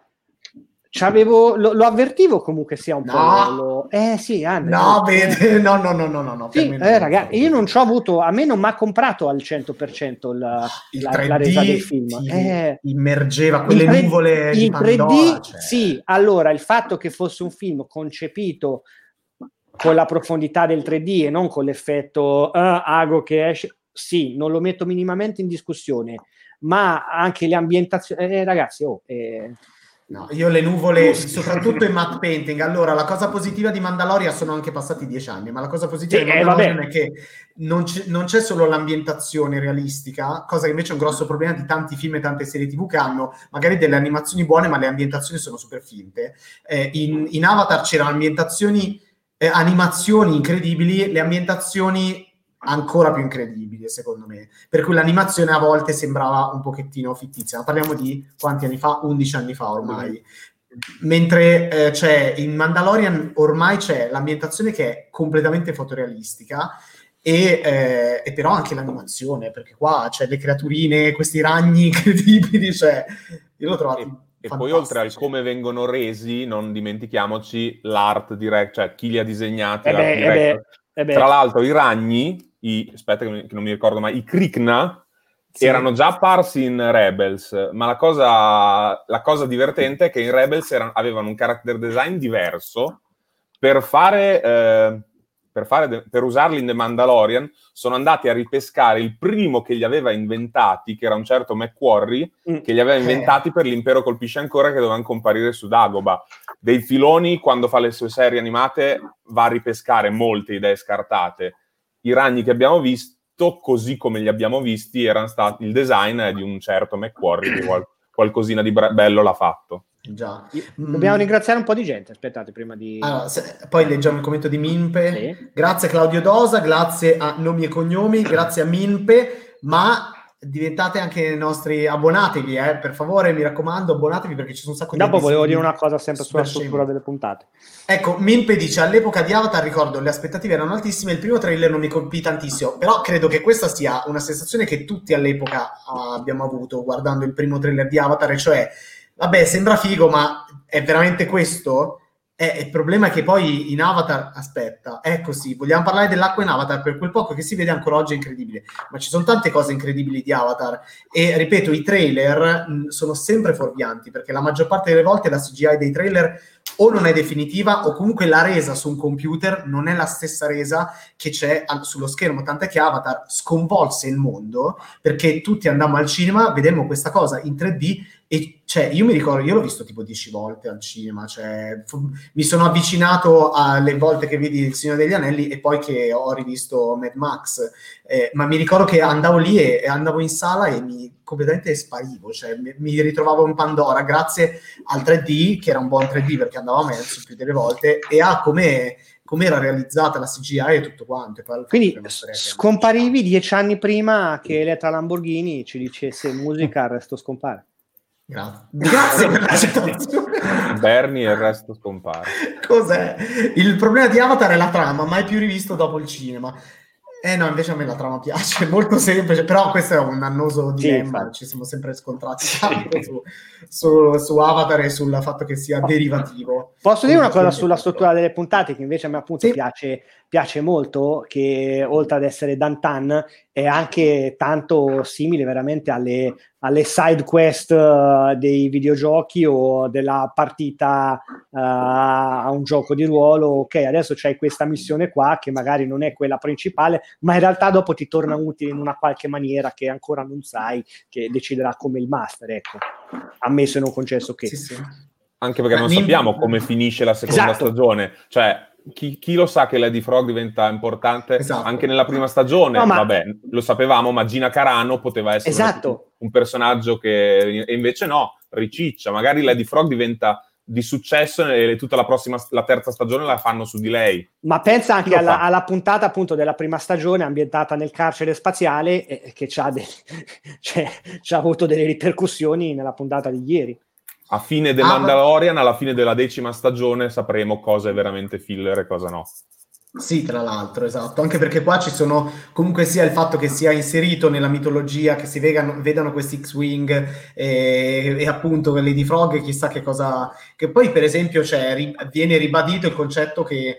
lo avvertivo comunque sia un po'. Sì, Andre, no, vede, no. Sì, ragazzi, io non ci ho avuto, a me non mi ha comprato al 100% la resa del film. Immergeva quelle nuvole di Pandora, il 3D, cioè. Sì, allora il fatto che fosse un film concepito con la profondità del 3D e non con l'effetto ago che esce, sì, non lo metto minimamente in discussione, ma anche le ambientazioni, ragazzi, no, io le nuvole, soprattutto in matte painting. Allora, la cosa positiva di Mandalorian, sono anche passati 10 anni, ma la cosa positiva di Mandalorian è che non c'è solo l'ambientazione realistica, cosa che invece è un grosso problema di tanti film e tante serie TV che hanno magari delle animazioni buone, ma le ambientazioni sono super finte. In Avatar c'erano ambientazioni animazioni incredibili, le ambientazioni ancora più incredibili, secondo me. Per cui l'animazione a volte sembrava un pochettino fittizia. Parliamo di quanti anni fa? 11 anni fa ormai. Mentre c'è in Mandalorian ormai c'è l'ambientazione che è completamente fotorealistica e però anche l'animazione, perché qua c'è le creaturine, questi ragni incredibili, cioè io l'ho trovato e poi oltre al come vengono resi, non dimentichiamoci l'art direct, cioè chi li ha disegnati, l'art direct. Tra l'altro i ragni, aspetta che non mi ricordo mai, i Krykna, sì, erano già apparsi in Rebels, ma la cosa divertente è che in Rebels avevano un character design diverso. Per usarli in The Mandalorian sono andati a ripescare il primo che li aveva inventati, che era un certo McQuarrie, che li aveva inventati per l'Impero colpisce ancora, che dovevano comparire su Dagobah. Dave Filoni, quando fa le sue serie animate, va a ripescare molte idee scartate. I ragni che abbiamo visto, così come li abbiamo visti, erano stati il design di un certo McQuarrie, che qualcosina di bello l'ha fatto. Già. Dobbiamo ringraziare un po' di gente, aspettate prima di... Allora, poi leggiamo il commento di Minpe. Sì. Grazie Claudio Dosa, grazie a Nomi e Cognomi, grazie a Minpe, ma diventate anche i nostri, abbonatevi, per favore, mi raccomando, abbonatevi perché ci sono un sacco di... Dopo volevo dire una cosa sempre sulla struttura delle puntate. Ecco, Minpe dice, all'epoca di Avatar ricordo le aspettative erano altissime, il primo trailer non mi colpì tantissimo, però credo che questa sia una sensazione che tutti all'epoca abbiamo avuto guardando il primo trailer di Avatar, e cioè vabbè, sembra figo, ma è veramente questo? Il problema è che poi in Avatar, aspetta, è così, vogliamo parlare dell'acqua in Avatar, per quel poco che si vede ancora oggi è incredibile, ma ci sono tante cose incredibili di Avatar, e ripeto, i trailer sono sempre fuorvianti, perché la maggior parte delle volte la CGI dei trailer o non è definitiva, o comunque la resa su un computer non è la stessa resa che c'è sullo schermo, tant'è che Avatar sconvolse il mondo, perché tutti andammo al cinema, vedemmo questa cosa in 3D, e cioè io mi ricordo, io l'ho visto tipo 10 volte al cinema, cioè mi sono avvicinato alle volte che vidi Il Signore degli Anelli e poi che ho rivisto Mad Max, ma mi ricordo che andavo lì e andavo in sala e mi completamente sparivo, cioè mi ritrovavo in Pandora grazie al 3D, che era un buon 3D perché andavo a mezzo più delle volte, e a come era realizzata la CGI e tutto quanto. Quindi scomparivi 10 anni prima che Elettra Lamborghini ci dicesse musica, il resto scompare. Grazie per la citazione. Bernie e il resto scompare. Cos'è? Il problema di Avatar è la trama, mai più rivisto dopo il cinema. No, invece a me la trama piace, è molto semplice, però questo è un annoso dilemma, ci siamo sempre scontrati su Avatar e sul fatto che sia derivativo. Posso dire una cosa sulla struttura delle puntate, che invece a me appunto piace molto, che oltre ad essere Dantan è anche tanto simile veramente alle side quest dei videogiochi o della partita a un gioco di ruolo. Ok, adesso c'hai questa missione qua che magari non è quella principale, ma in realtà dopo ti torna utile in una qualche maniera che ancora non sai, che deciderà come il master, ecco, ammesso e non concesso che... Sì. Anche perché non sappiamo come finisce la seconda stagione, cioè chi lo sa che Lady Frog diventa importante anche nella prima stagione? No, vabbè, lo sapevamo, ma Gina Carano poteva essere un personaggio che... E invece no, riciccia, magari Lady Frog diventa di successo e tutta la terza stagione la fanno su di lei. Ma pensa anche alla puntata appunto della prima stagione ambientata nel carcere spaziale, che c'ha avuto delle ripercussioni nella puntata di ieri. A fine The Mandalorian, alla fine della 10ª stagione, sapremo cosa è veramente filler e cosa no. Sì, tra l'altro, esatto, anche perché qua ci sono comunque sia il fatto che sia inserito nella mitologia, che si vedano questi X-Wing e appunto Lady Frog, chissà che cosa, che poi per esempio viene ribadito il concetto che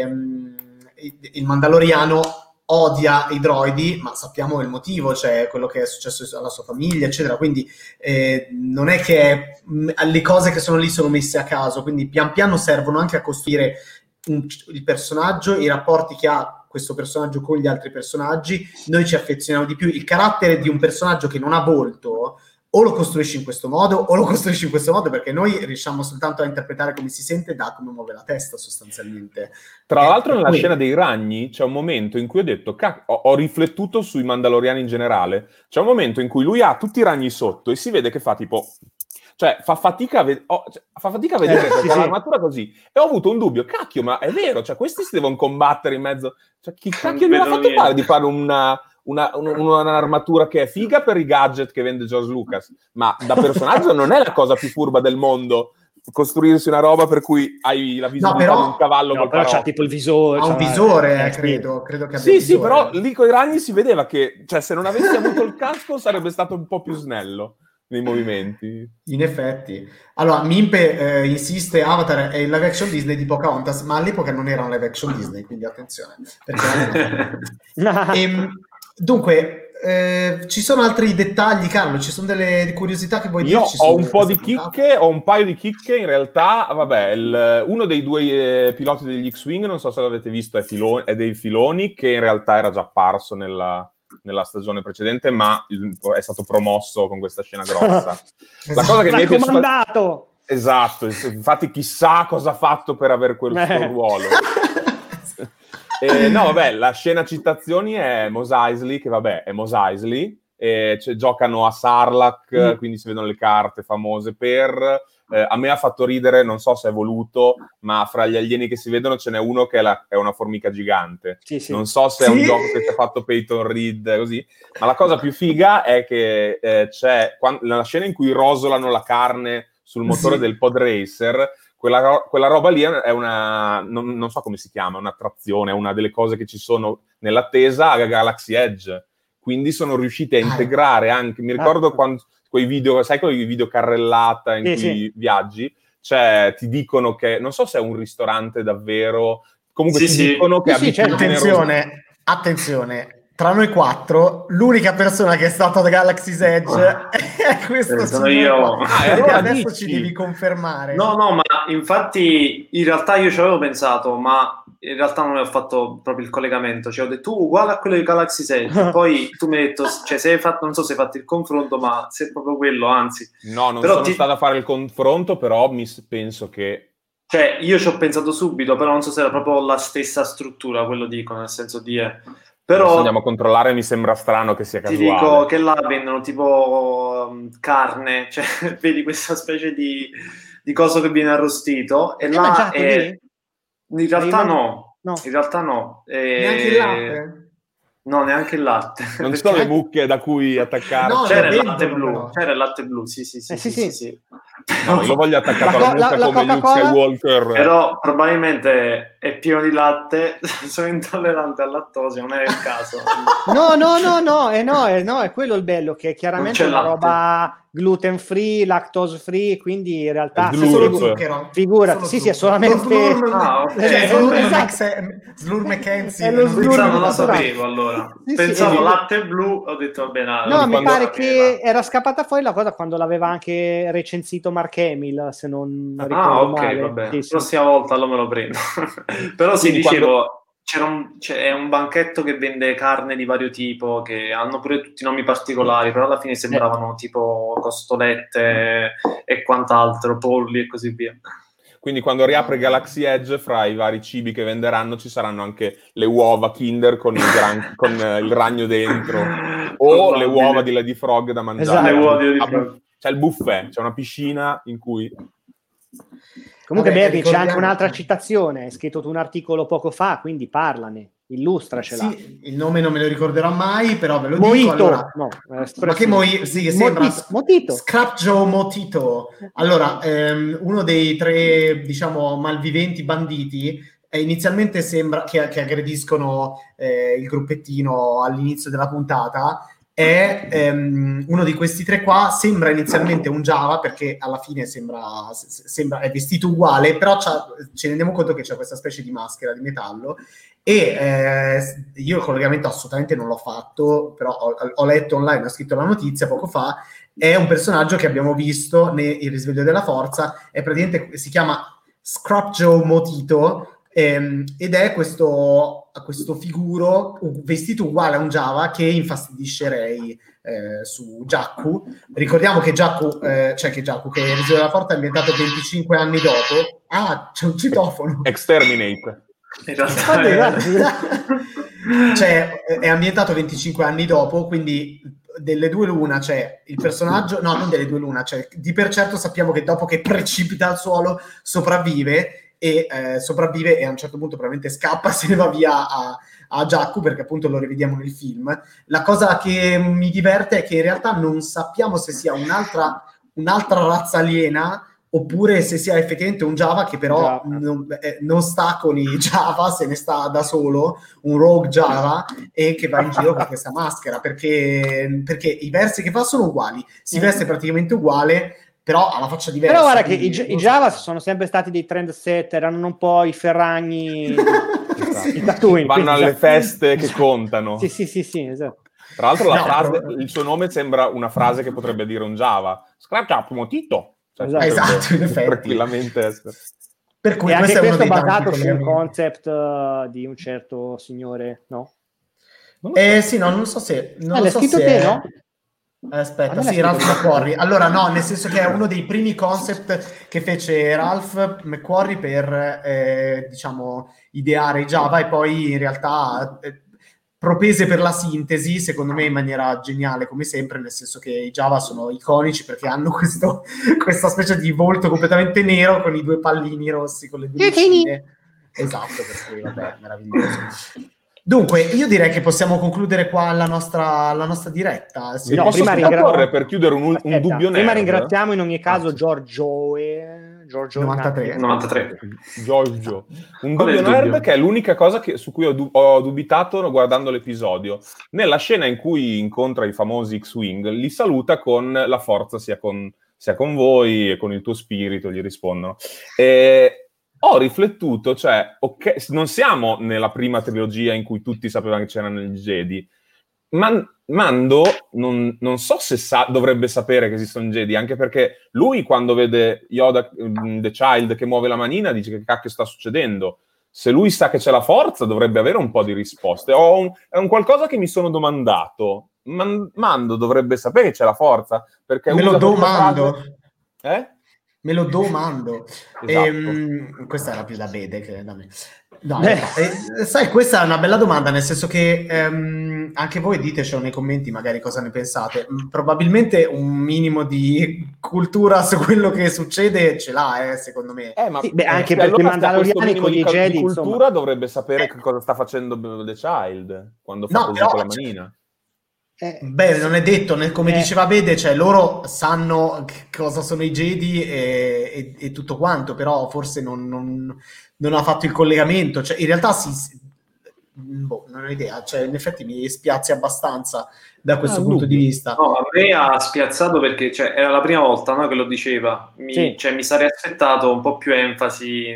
il Mandaloriano odia i droidi, ma sappiamo il motivo, cioè quello che è successo alla sua famiglia, eccetera, quindi non è che le cose che sono lì sono messe a caso, quindi pian piano servono anche a costruire il personaggio, i rapporti che ha questo personaggio con gli altri personaggi, noi ci affezioniamo di più. Il carattere di un personaggio che non ha volto o lo costruisci in questo modo o lo costruisci in questo modo, perché noi riusciamo soltanto a interpretare come si sente da come muove la testa sostanzialmente. Tra l'altro nella scena dei ragni c'è un momento in cui ho detto ho riflettuto sui Mandaloriani in generale, c'è un momento in cui lui ha tutti i ragni sotto e si vede che fa tipo cioè fa fatica a vedere l'armatura così, e ho avuto un dubbio, cacchio, ma è vero, cioè questi si devono combattere in mezzo, cioè chi cacchio gli ha fatto fare di fare un'armatura che è figa per i gadget che vende George Lucas, ma da personaggio non è la cosa più furba del mondo costruirsi una roba per cui hai la visibilità di un cavallo col però c'ha tipo il visore, ha un visore, credo che abbia sì, un visore. però lì con i ragni si vedeva che, cioè, se non avessi avuto il casco sarebbe stato un po' più snello nei movimenti. In effetti. Allora, Mimpe insiste, Avatar è il live action Disney di Pocahontas, ma all'epoca non era un live action Disney, quindi attenzione. Dunque, ci sono altri dettagli, Carlo? Ci sono delle curiosità che vuoi dirci? Io ho un po' di chicche, ho un paio di chicche. In realtà, vabbè, uno dei due piloti degli X-Wing, non so se l'avete visto, è Dave Filoni, che in realtà era già apparso nella stagione precedente, ma è stato promosso con questa scena grossa. La cosa che mi è piaciuta... Esatto, infatti chissà cosa ha fatto per avere quel suo ruolo. No, vabbè, la scena citazioni è Mos Eisley, che vabbè, è Mos Eisley, giocano a Sarlacc, quindi si vedono le carte famose a me ha fatto ridere, non so se è voluto, ma fra gli alieni che si vedono ce n'è uno che è una formica gigante. Sì. Non so se è un gioco che ci ha fatto Peyton Reed, così, ma la cosa più figa è che c'è la scena in cui rosolano la carne sul motore del pod racer. Quella roba lì è una, non so come si chiama, un'attrazione, è una delle cose che ci sono nell'attesa a Galaxy Edge. Quindi sono riusciti a integrare anche, mi ricordo quando quei video, sai quei video carrellata in cui viaggi, cioè ti dicono che, non so se è un ristorante davvero, comunque dicono che attenzione, tra noi quattro, l'unica persona che è stata da Galaxy's Edge è questo sono io. Allora adesso ci devi confermare. No, ma infatti in realtà io ci avevo pensato, ma in realtà non ho fatto proprio il collegamento, cioè ho detto uguale a quello di Galaxy's Edge, poi tu mi hai detto, cioè se hai fatto, non so se hai fatto il confronto, ma se è proprio quello, anzi. No, non sono stato a fare il confronto, però penso che... Cioè io ci ho pensato subito, però non so se era proprio la stessa struttura, quello dico, nel senso di... Però adesso andiamo a controllare, mi sembra strano che sia casuale. Ti dico che là vendono tipo carne, cioè vedi questa specie di coso che viene arrostito e là è... In realtà no. In realtà no. Neanche il latte? No, neanche il latte. Non ci sono le mucche da cui attaccare. No, c'era il latte blu. C'era il latte blu, sì. No, io voglio attaccato alla mucca come Luke Skywalker. Però probabilmente è pieno di latte, sono intollerante al lattosio, non è il caso. No, è quello il bello, che chiaramente è una roba gluten free, lactose free, quindi in realtà figura, sì, è solamente Slur McKenzie. Non lo sapevo allora. Pensavo latte blu, ho detto va bene. No, mi pare che era scappata fuori la cosa quando l'aveva anche recensito Mark Hamill, se non ricordo male. Vabbè. Prossima volta allora me lo prendo. Però dicevo, è un banchetto che vende carne di vario tipo, che hanno pure tutti i nomi particolari, però alla fine sembravano tipo costolette e quant'altro, polli e così via. Quindi quando riapre Galaxy Edge, fra i vari cibi che venderanno ci saranno anche le uova Kinder con il ragno dentro, o le uova di Lady Frog da mangiare. Le uova di Lady Frog. C'è il buffet, c'è una piscina in cui... Comunque Berry, c'è anche un'altra citazione, hai scritto tu un articolo poco fa, quindi parlane, illustracela. Sì, il nome non me lo ricorderò mai, però ve lo dico. Allora, ma che sembra Motito. Scrap Joe Motito. Allora, uno dei tre, diciamo, malviventi banditi, inizialmente sembra che aggrediscono il gruppettino all'inizio della puntata. È uno di questi tre qua, sembra inizialmente un Java, perché alla fine sembra è vestito uguale, però ci rendiamo conto che c'è questa specie di maschera di metallo, e io il collegamento assolutamente non l'ho fatto, però ho letto online, ho scritto la notizia poco fa. È un personaggio che abbiamo visto nel Risveglio della Forza, è praticamente, si chiama Scrap Joe Motito, ed è questo figuro vestito uguale a un Java che infastidisce Rey su Jakku. Ricordiamo che Jakku che il Risveglio della Forza è ambientato 25 anni dopo. Ah, c'è un citofono. Exterminate. In realtà cioè è ambientato 25 anni dopo, quindi delle due l'una, cioè il personaggio, no, non delle due l'una, cioè di per certo sappiamo che dopo che precipita al suolo sopravvive e a un certo punto probabilmente scappa, se ne va via a Jakku, perché appunto lo rivediamo nel film. La cosa che mi diverte è che in realtà non sappiamo se sia un'altra razza aliena oppure se sia effettivamente un Java che però non sta con i Java, se ne sta da solo, un rogue Java, e che va in giro con questa maschera, perché i versi che fa sono uguali, si veste praticamente uguale, però ha la faccia diversa. Però guarda che i Java sono sempre stati dei trendsetter, erano un po' i Ferragni i Tatooine, vanno alle feste che contano. Sì, esatto. Tra l'altro il suo nome sembra una frase che potrebbe dire un Java. Scratch up motito. Esatto, in effetti. Tranquillamente essere. Per cui e anche questo è basato su un concept di un certo signore, no? Sì, no, non so se... Non l'hai so scritto se te, no? Aspetta, sì, Ralph McQuarrie. Allora no, nel senso che è uno dei primi concept che fece Ralph McQuarrie per, diciamo, ideare Java, e poi in realtà... propese per la sintesi, secondo me in maniera geniale come sempre, nel senso che i Java sono iconici perché hanno questa specie di volto completamente nero con i due pallini rossi con le due lucine. Esatto, per cui vabbè, meraviglioso. Dunque, io direi che possiamo concludere qua la nostra diretta. No, prima per chiudere un dubbio nerd. Prima ringraziamo in ogni caso Giorgio 93. Giorgio. Un dubbio nerd che è l'unica cosa su cui ho dubitato guardando l'episodio. Nella scena in cui incontra i famosi X-Wing, li saluta con la forza sia con voi e con il tuo spirito, gli rispondono. Ho riflettuto, cioè, ok, non siamo nella prima trilogia in cui tutti sapevano che c'erano i Jedi. Mando non so se dovrebbe sapere che esistono i Jedi, anche perché lui quando vede Yoda, The Child, che muove la manina, dice che cacchio sta succedendo. Se lui sa che c'è la forza, dovrebbe avere un po' di risposte. È un qualcosa che mi sono domandato. Mando dovrebbe sapere che c'è la forza, perché me lo domando. Me lo domando. Esatto. Questa era più da Bede che da me. No, sai, questa è una bella domanda, nel senso che anche voi ditecelo nei commenti magari cosa ne pensate. Probabilmente un minimo di cultura su quello che succede ce l'ha, secondo me. Ma sì, anche perché i Mandaloriani con i Jedi di cultura insomma... dovrebbe sapere che cosa sta facendo The Child quando fa così con la manina. Beh, non è detto, come diceva Bede, cioè loro sanno cosa sono i Jedi e tutto quanto, però forse non ha fatto il collegamento, cioè in realtà non ho idea, cioè in effetti mi spiazzi abbastanza da questo punto di vista. No, a me ha spiazzato perché era la prima volta, no, che lo diceva, mi sarei aspettato un po' più enfasi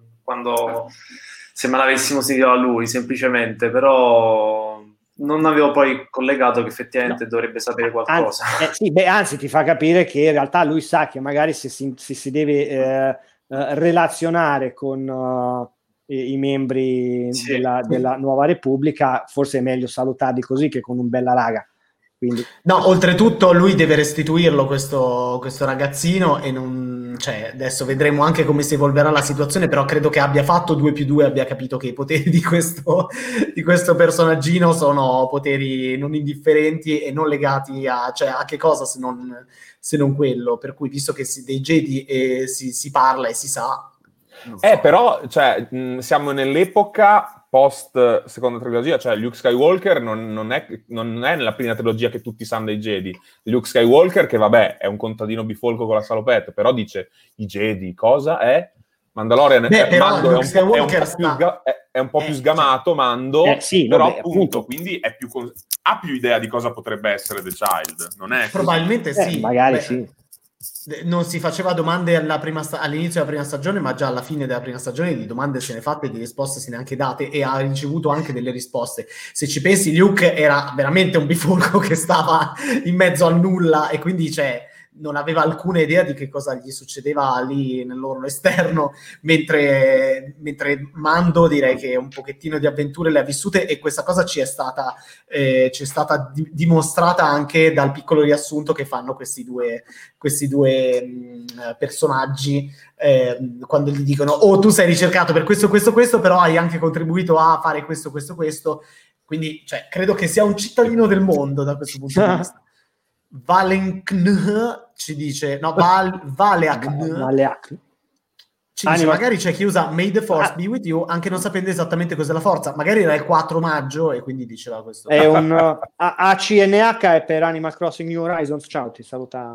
se me l'avessimo sentito a lui, semplicemente, però non avevo poi collegato che effettivamente dovrebbe sapere qualcosa. Anzi, ti fa capire che in realtà lui sa che magari se si deve relazionare con i membri della Nuova Repubblica, forse è meglio salutarli così che con un bella raga. Quindi... No, oltretutto lui deve restituirlo questo ragazzino e adesso vedremo anche come si evolverà la situazione, però credo che abbia fatto 2+2, abbia capito che i poteri di questo personaggino sono poteri non indifferenti e non legati a che cosa se non quello, per cui visto che dei Jedi si parla e si sa. Però siamo nell'epoca post seconda trilogia, cioè Luke Skywalker non è nella prima trilogia che tutti sanno dei Jedi. Luke Skywalker, che vabbè è un contadino bifolco con la salopette, però dice i Jedi cosa è? Mandalorian Mando è un po' più sgamato, Mando, però appunto quindi ha più idea di cosa potrebbe essere The Child, non è? Probabilmente sì. Magari sì. Non si faceva domande all'inizio della prima stagione, ma già alla fine della prima stagione di domande se ne fatte e di risposte se ne anche date, e ha ricevuto anche delle risposte. Se ci pensi, Luke era veramente un bifolco che stava in mezzo al nulla e quindi non aveva alcuna idea di che cosa gli succedeva lì nell'orlo esterno, mentre Mando direi che un pochettino di avventure le ha vissute, e questa cosa ci è stata dimostrata anche dal piccolo riassunto che fanno questi due personaggi quando gli dicono tu sei ricercato per questo, però hai anche contribuito a fare questo, quindi credo che sia un cittadino del mondo da questo punto di vista. Valenkn ci dice, no, Valeakn ci dice, magari c'è chi usa May the Force be with you, anche non sapendo esattamente cos'è la forza. Magari era il 4 maggio e quindi diceva questo. È un ACNH è per Animal Crossing New Horizons. Ciao, ti saluta.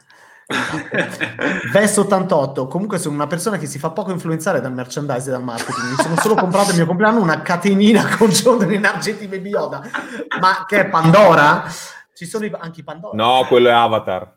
Ves88, comunque sono una persona che si fa poco influenzare dal merchandise e dal marketing. Mi sono solo comprato il mio compleanno una catenina con Jordan in argenti Baby Yoda. Ma che è Pandora? Ci sono anche i Pandora? No, quello è Avatar.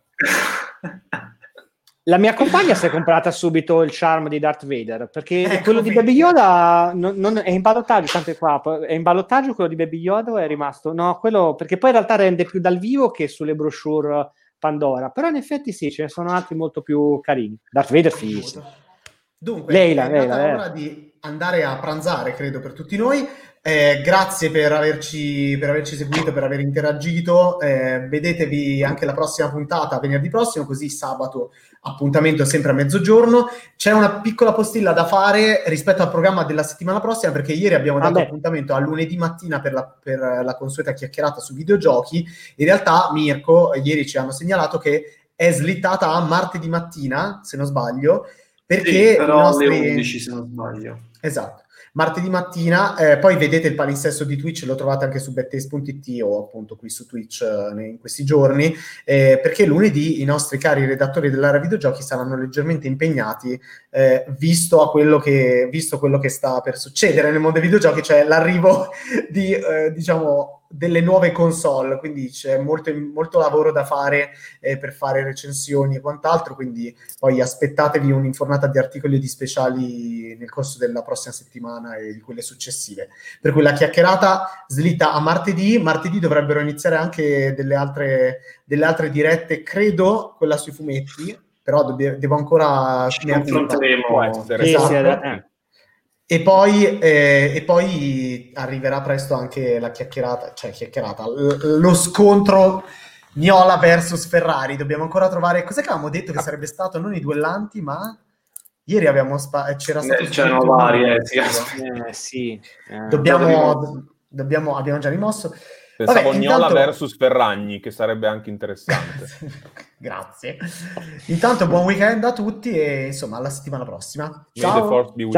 La mia compagna si è comprata subito il charm di Darth Vader, perché quello di vedi. Baby Yoda non è in ballottaggio, tanto qua è in ballottaggio quello di Baby Yoda, è rimasto no, quello perché poi in realtà rende più dal vivo che sulle brochure Pandora, però in effetti sì, ce ne sono altri molto più carini. Darth Vader fighissimo. Dunque, Leila, è ora di andare a pranzare, credo, per tutti noi. Grazie per averci seguito, per aver interagito. Vedetevi anche la prossima puntata venerdì prossimo, così sabato appuntamento sempre a mezzogiorno. C'è una piccola postilla da fare rispetto al programma della settimana prossima, perché ieri abbiamo dato appuntamento a lunedì mattina per la consueta chiacchierata su videogiochi. In realtà Mirko ieri ci hanno segnalato che è slittata a martedì mattina, se non sbaglio, perché sì, però nostri... alle 11 se non sbaglio. Esatto. Martedì mattina, poi vedete il palinsesto di Twitch, lo trovate anche su bettace.it o appunto qui su Twitch in questi giorni, perché lunedì i nostri cari redattori dell'area videogiochi saranno leggermente impegnati, visto quello che sta per succedere nel mondo dei videogiochi, cioè l'arrivo di, diciamo, delle nuove console, quindi c'è molto lavoro da fare per fare recensioni e quant'altro, quindi poi aspettatevi un'infornata di articoli e di speciali nel corso della prossima settimana e di quelle successive. Per cui la chiacchierata slitta a martedì dovrebbero iniziare anche delle altre dirette, credo quella sui fumetti, però devo ancora... Ci confronteremo. Esatto. E poi arriverà presto anche la chiacchierata, lo scontro Niola versus Ferrari. Dobbiamo ancora trovare, cos'è che avevamo detto che sarebbe stato, non i duellanti, ma ieri abbiamo c'erano vari, sì. Abbiamo già rimosso. Pensavo Niola versus Ferragni, che sarebbe anche interessante. Grazie. Intanto buon weekend a tutti e insomma alla settimana prossima. Ciao.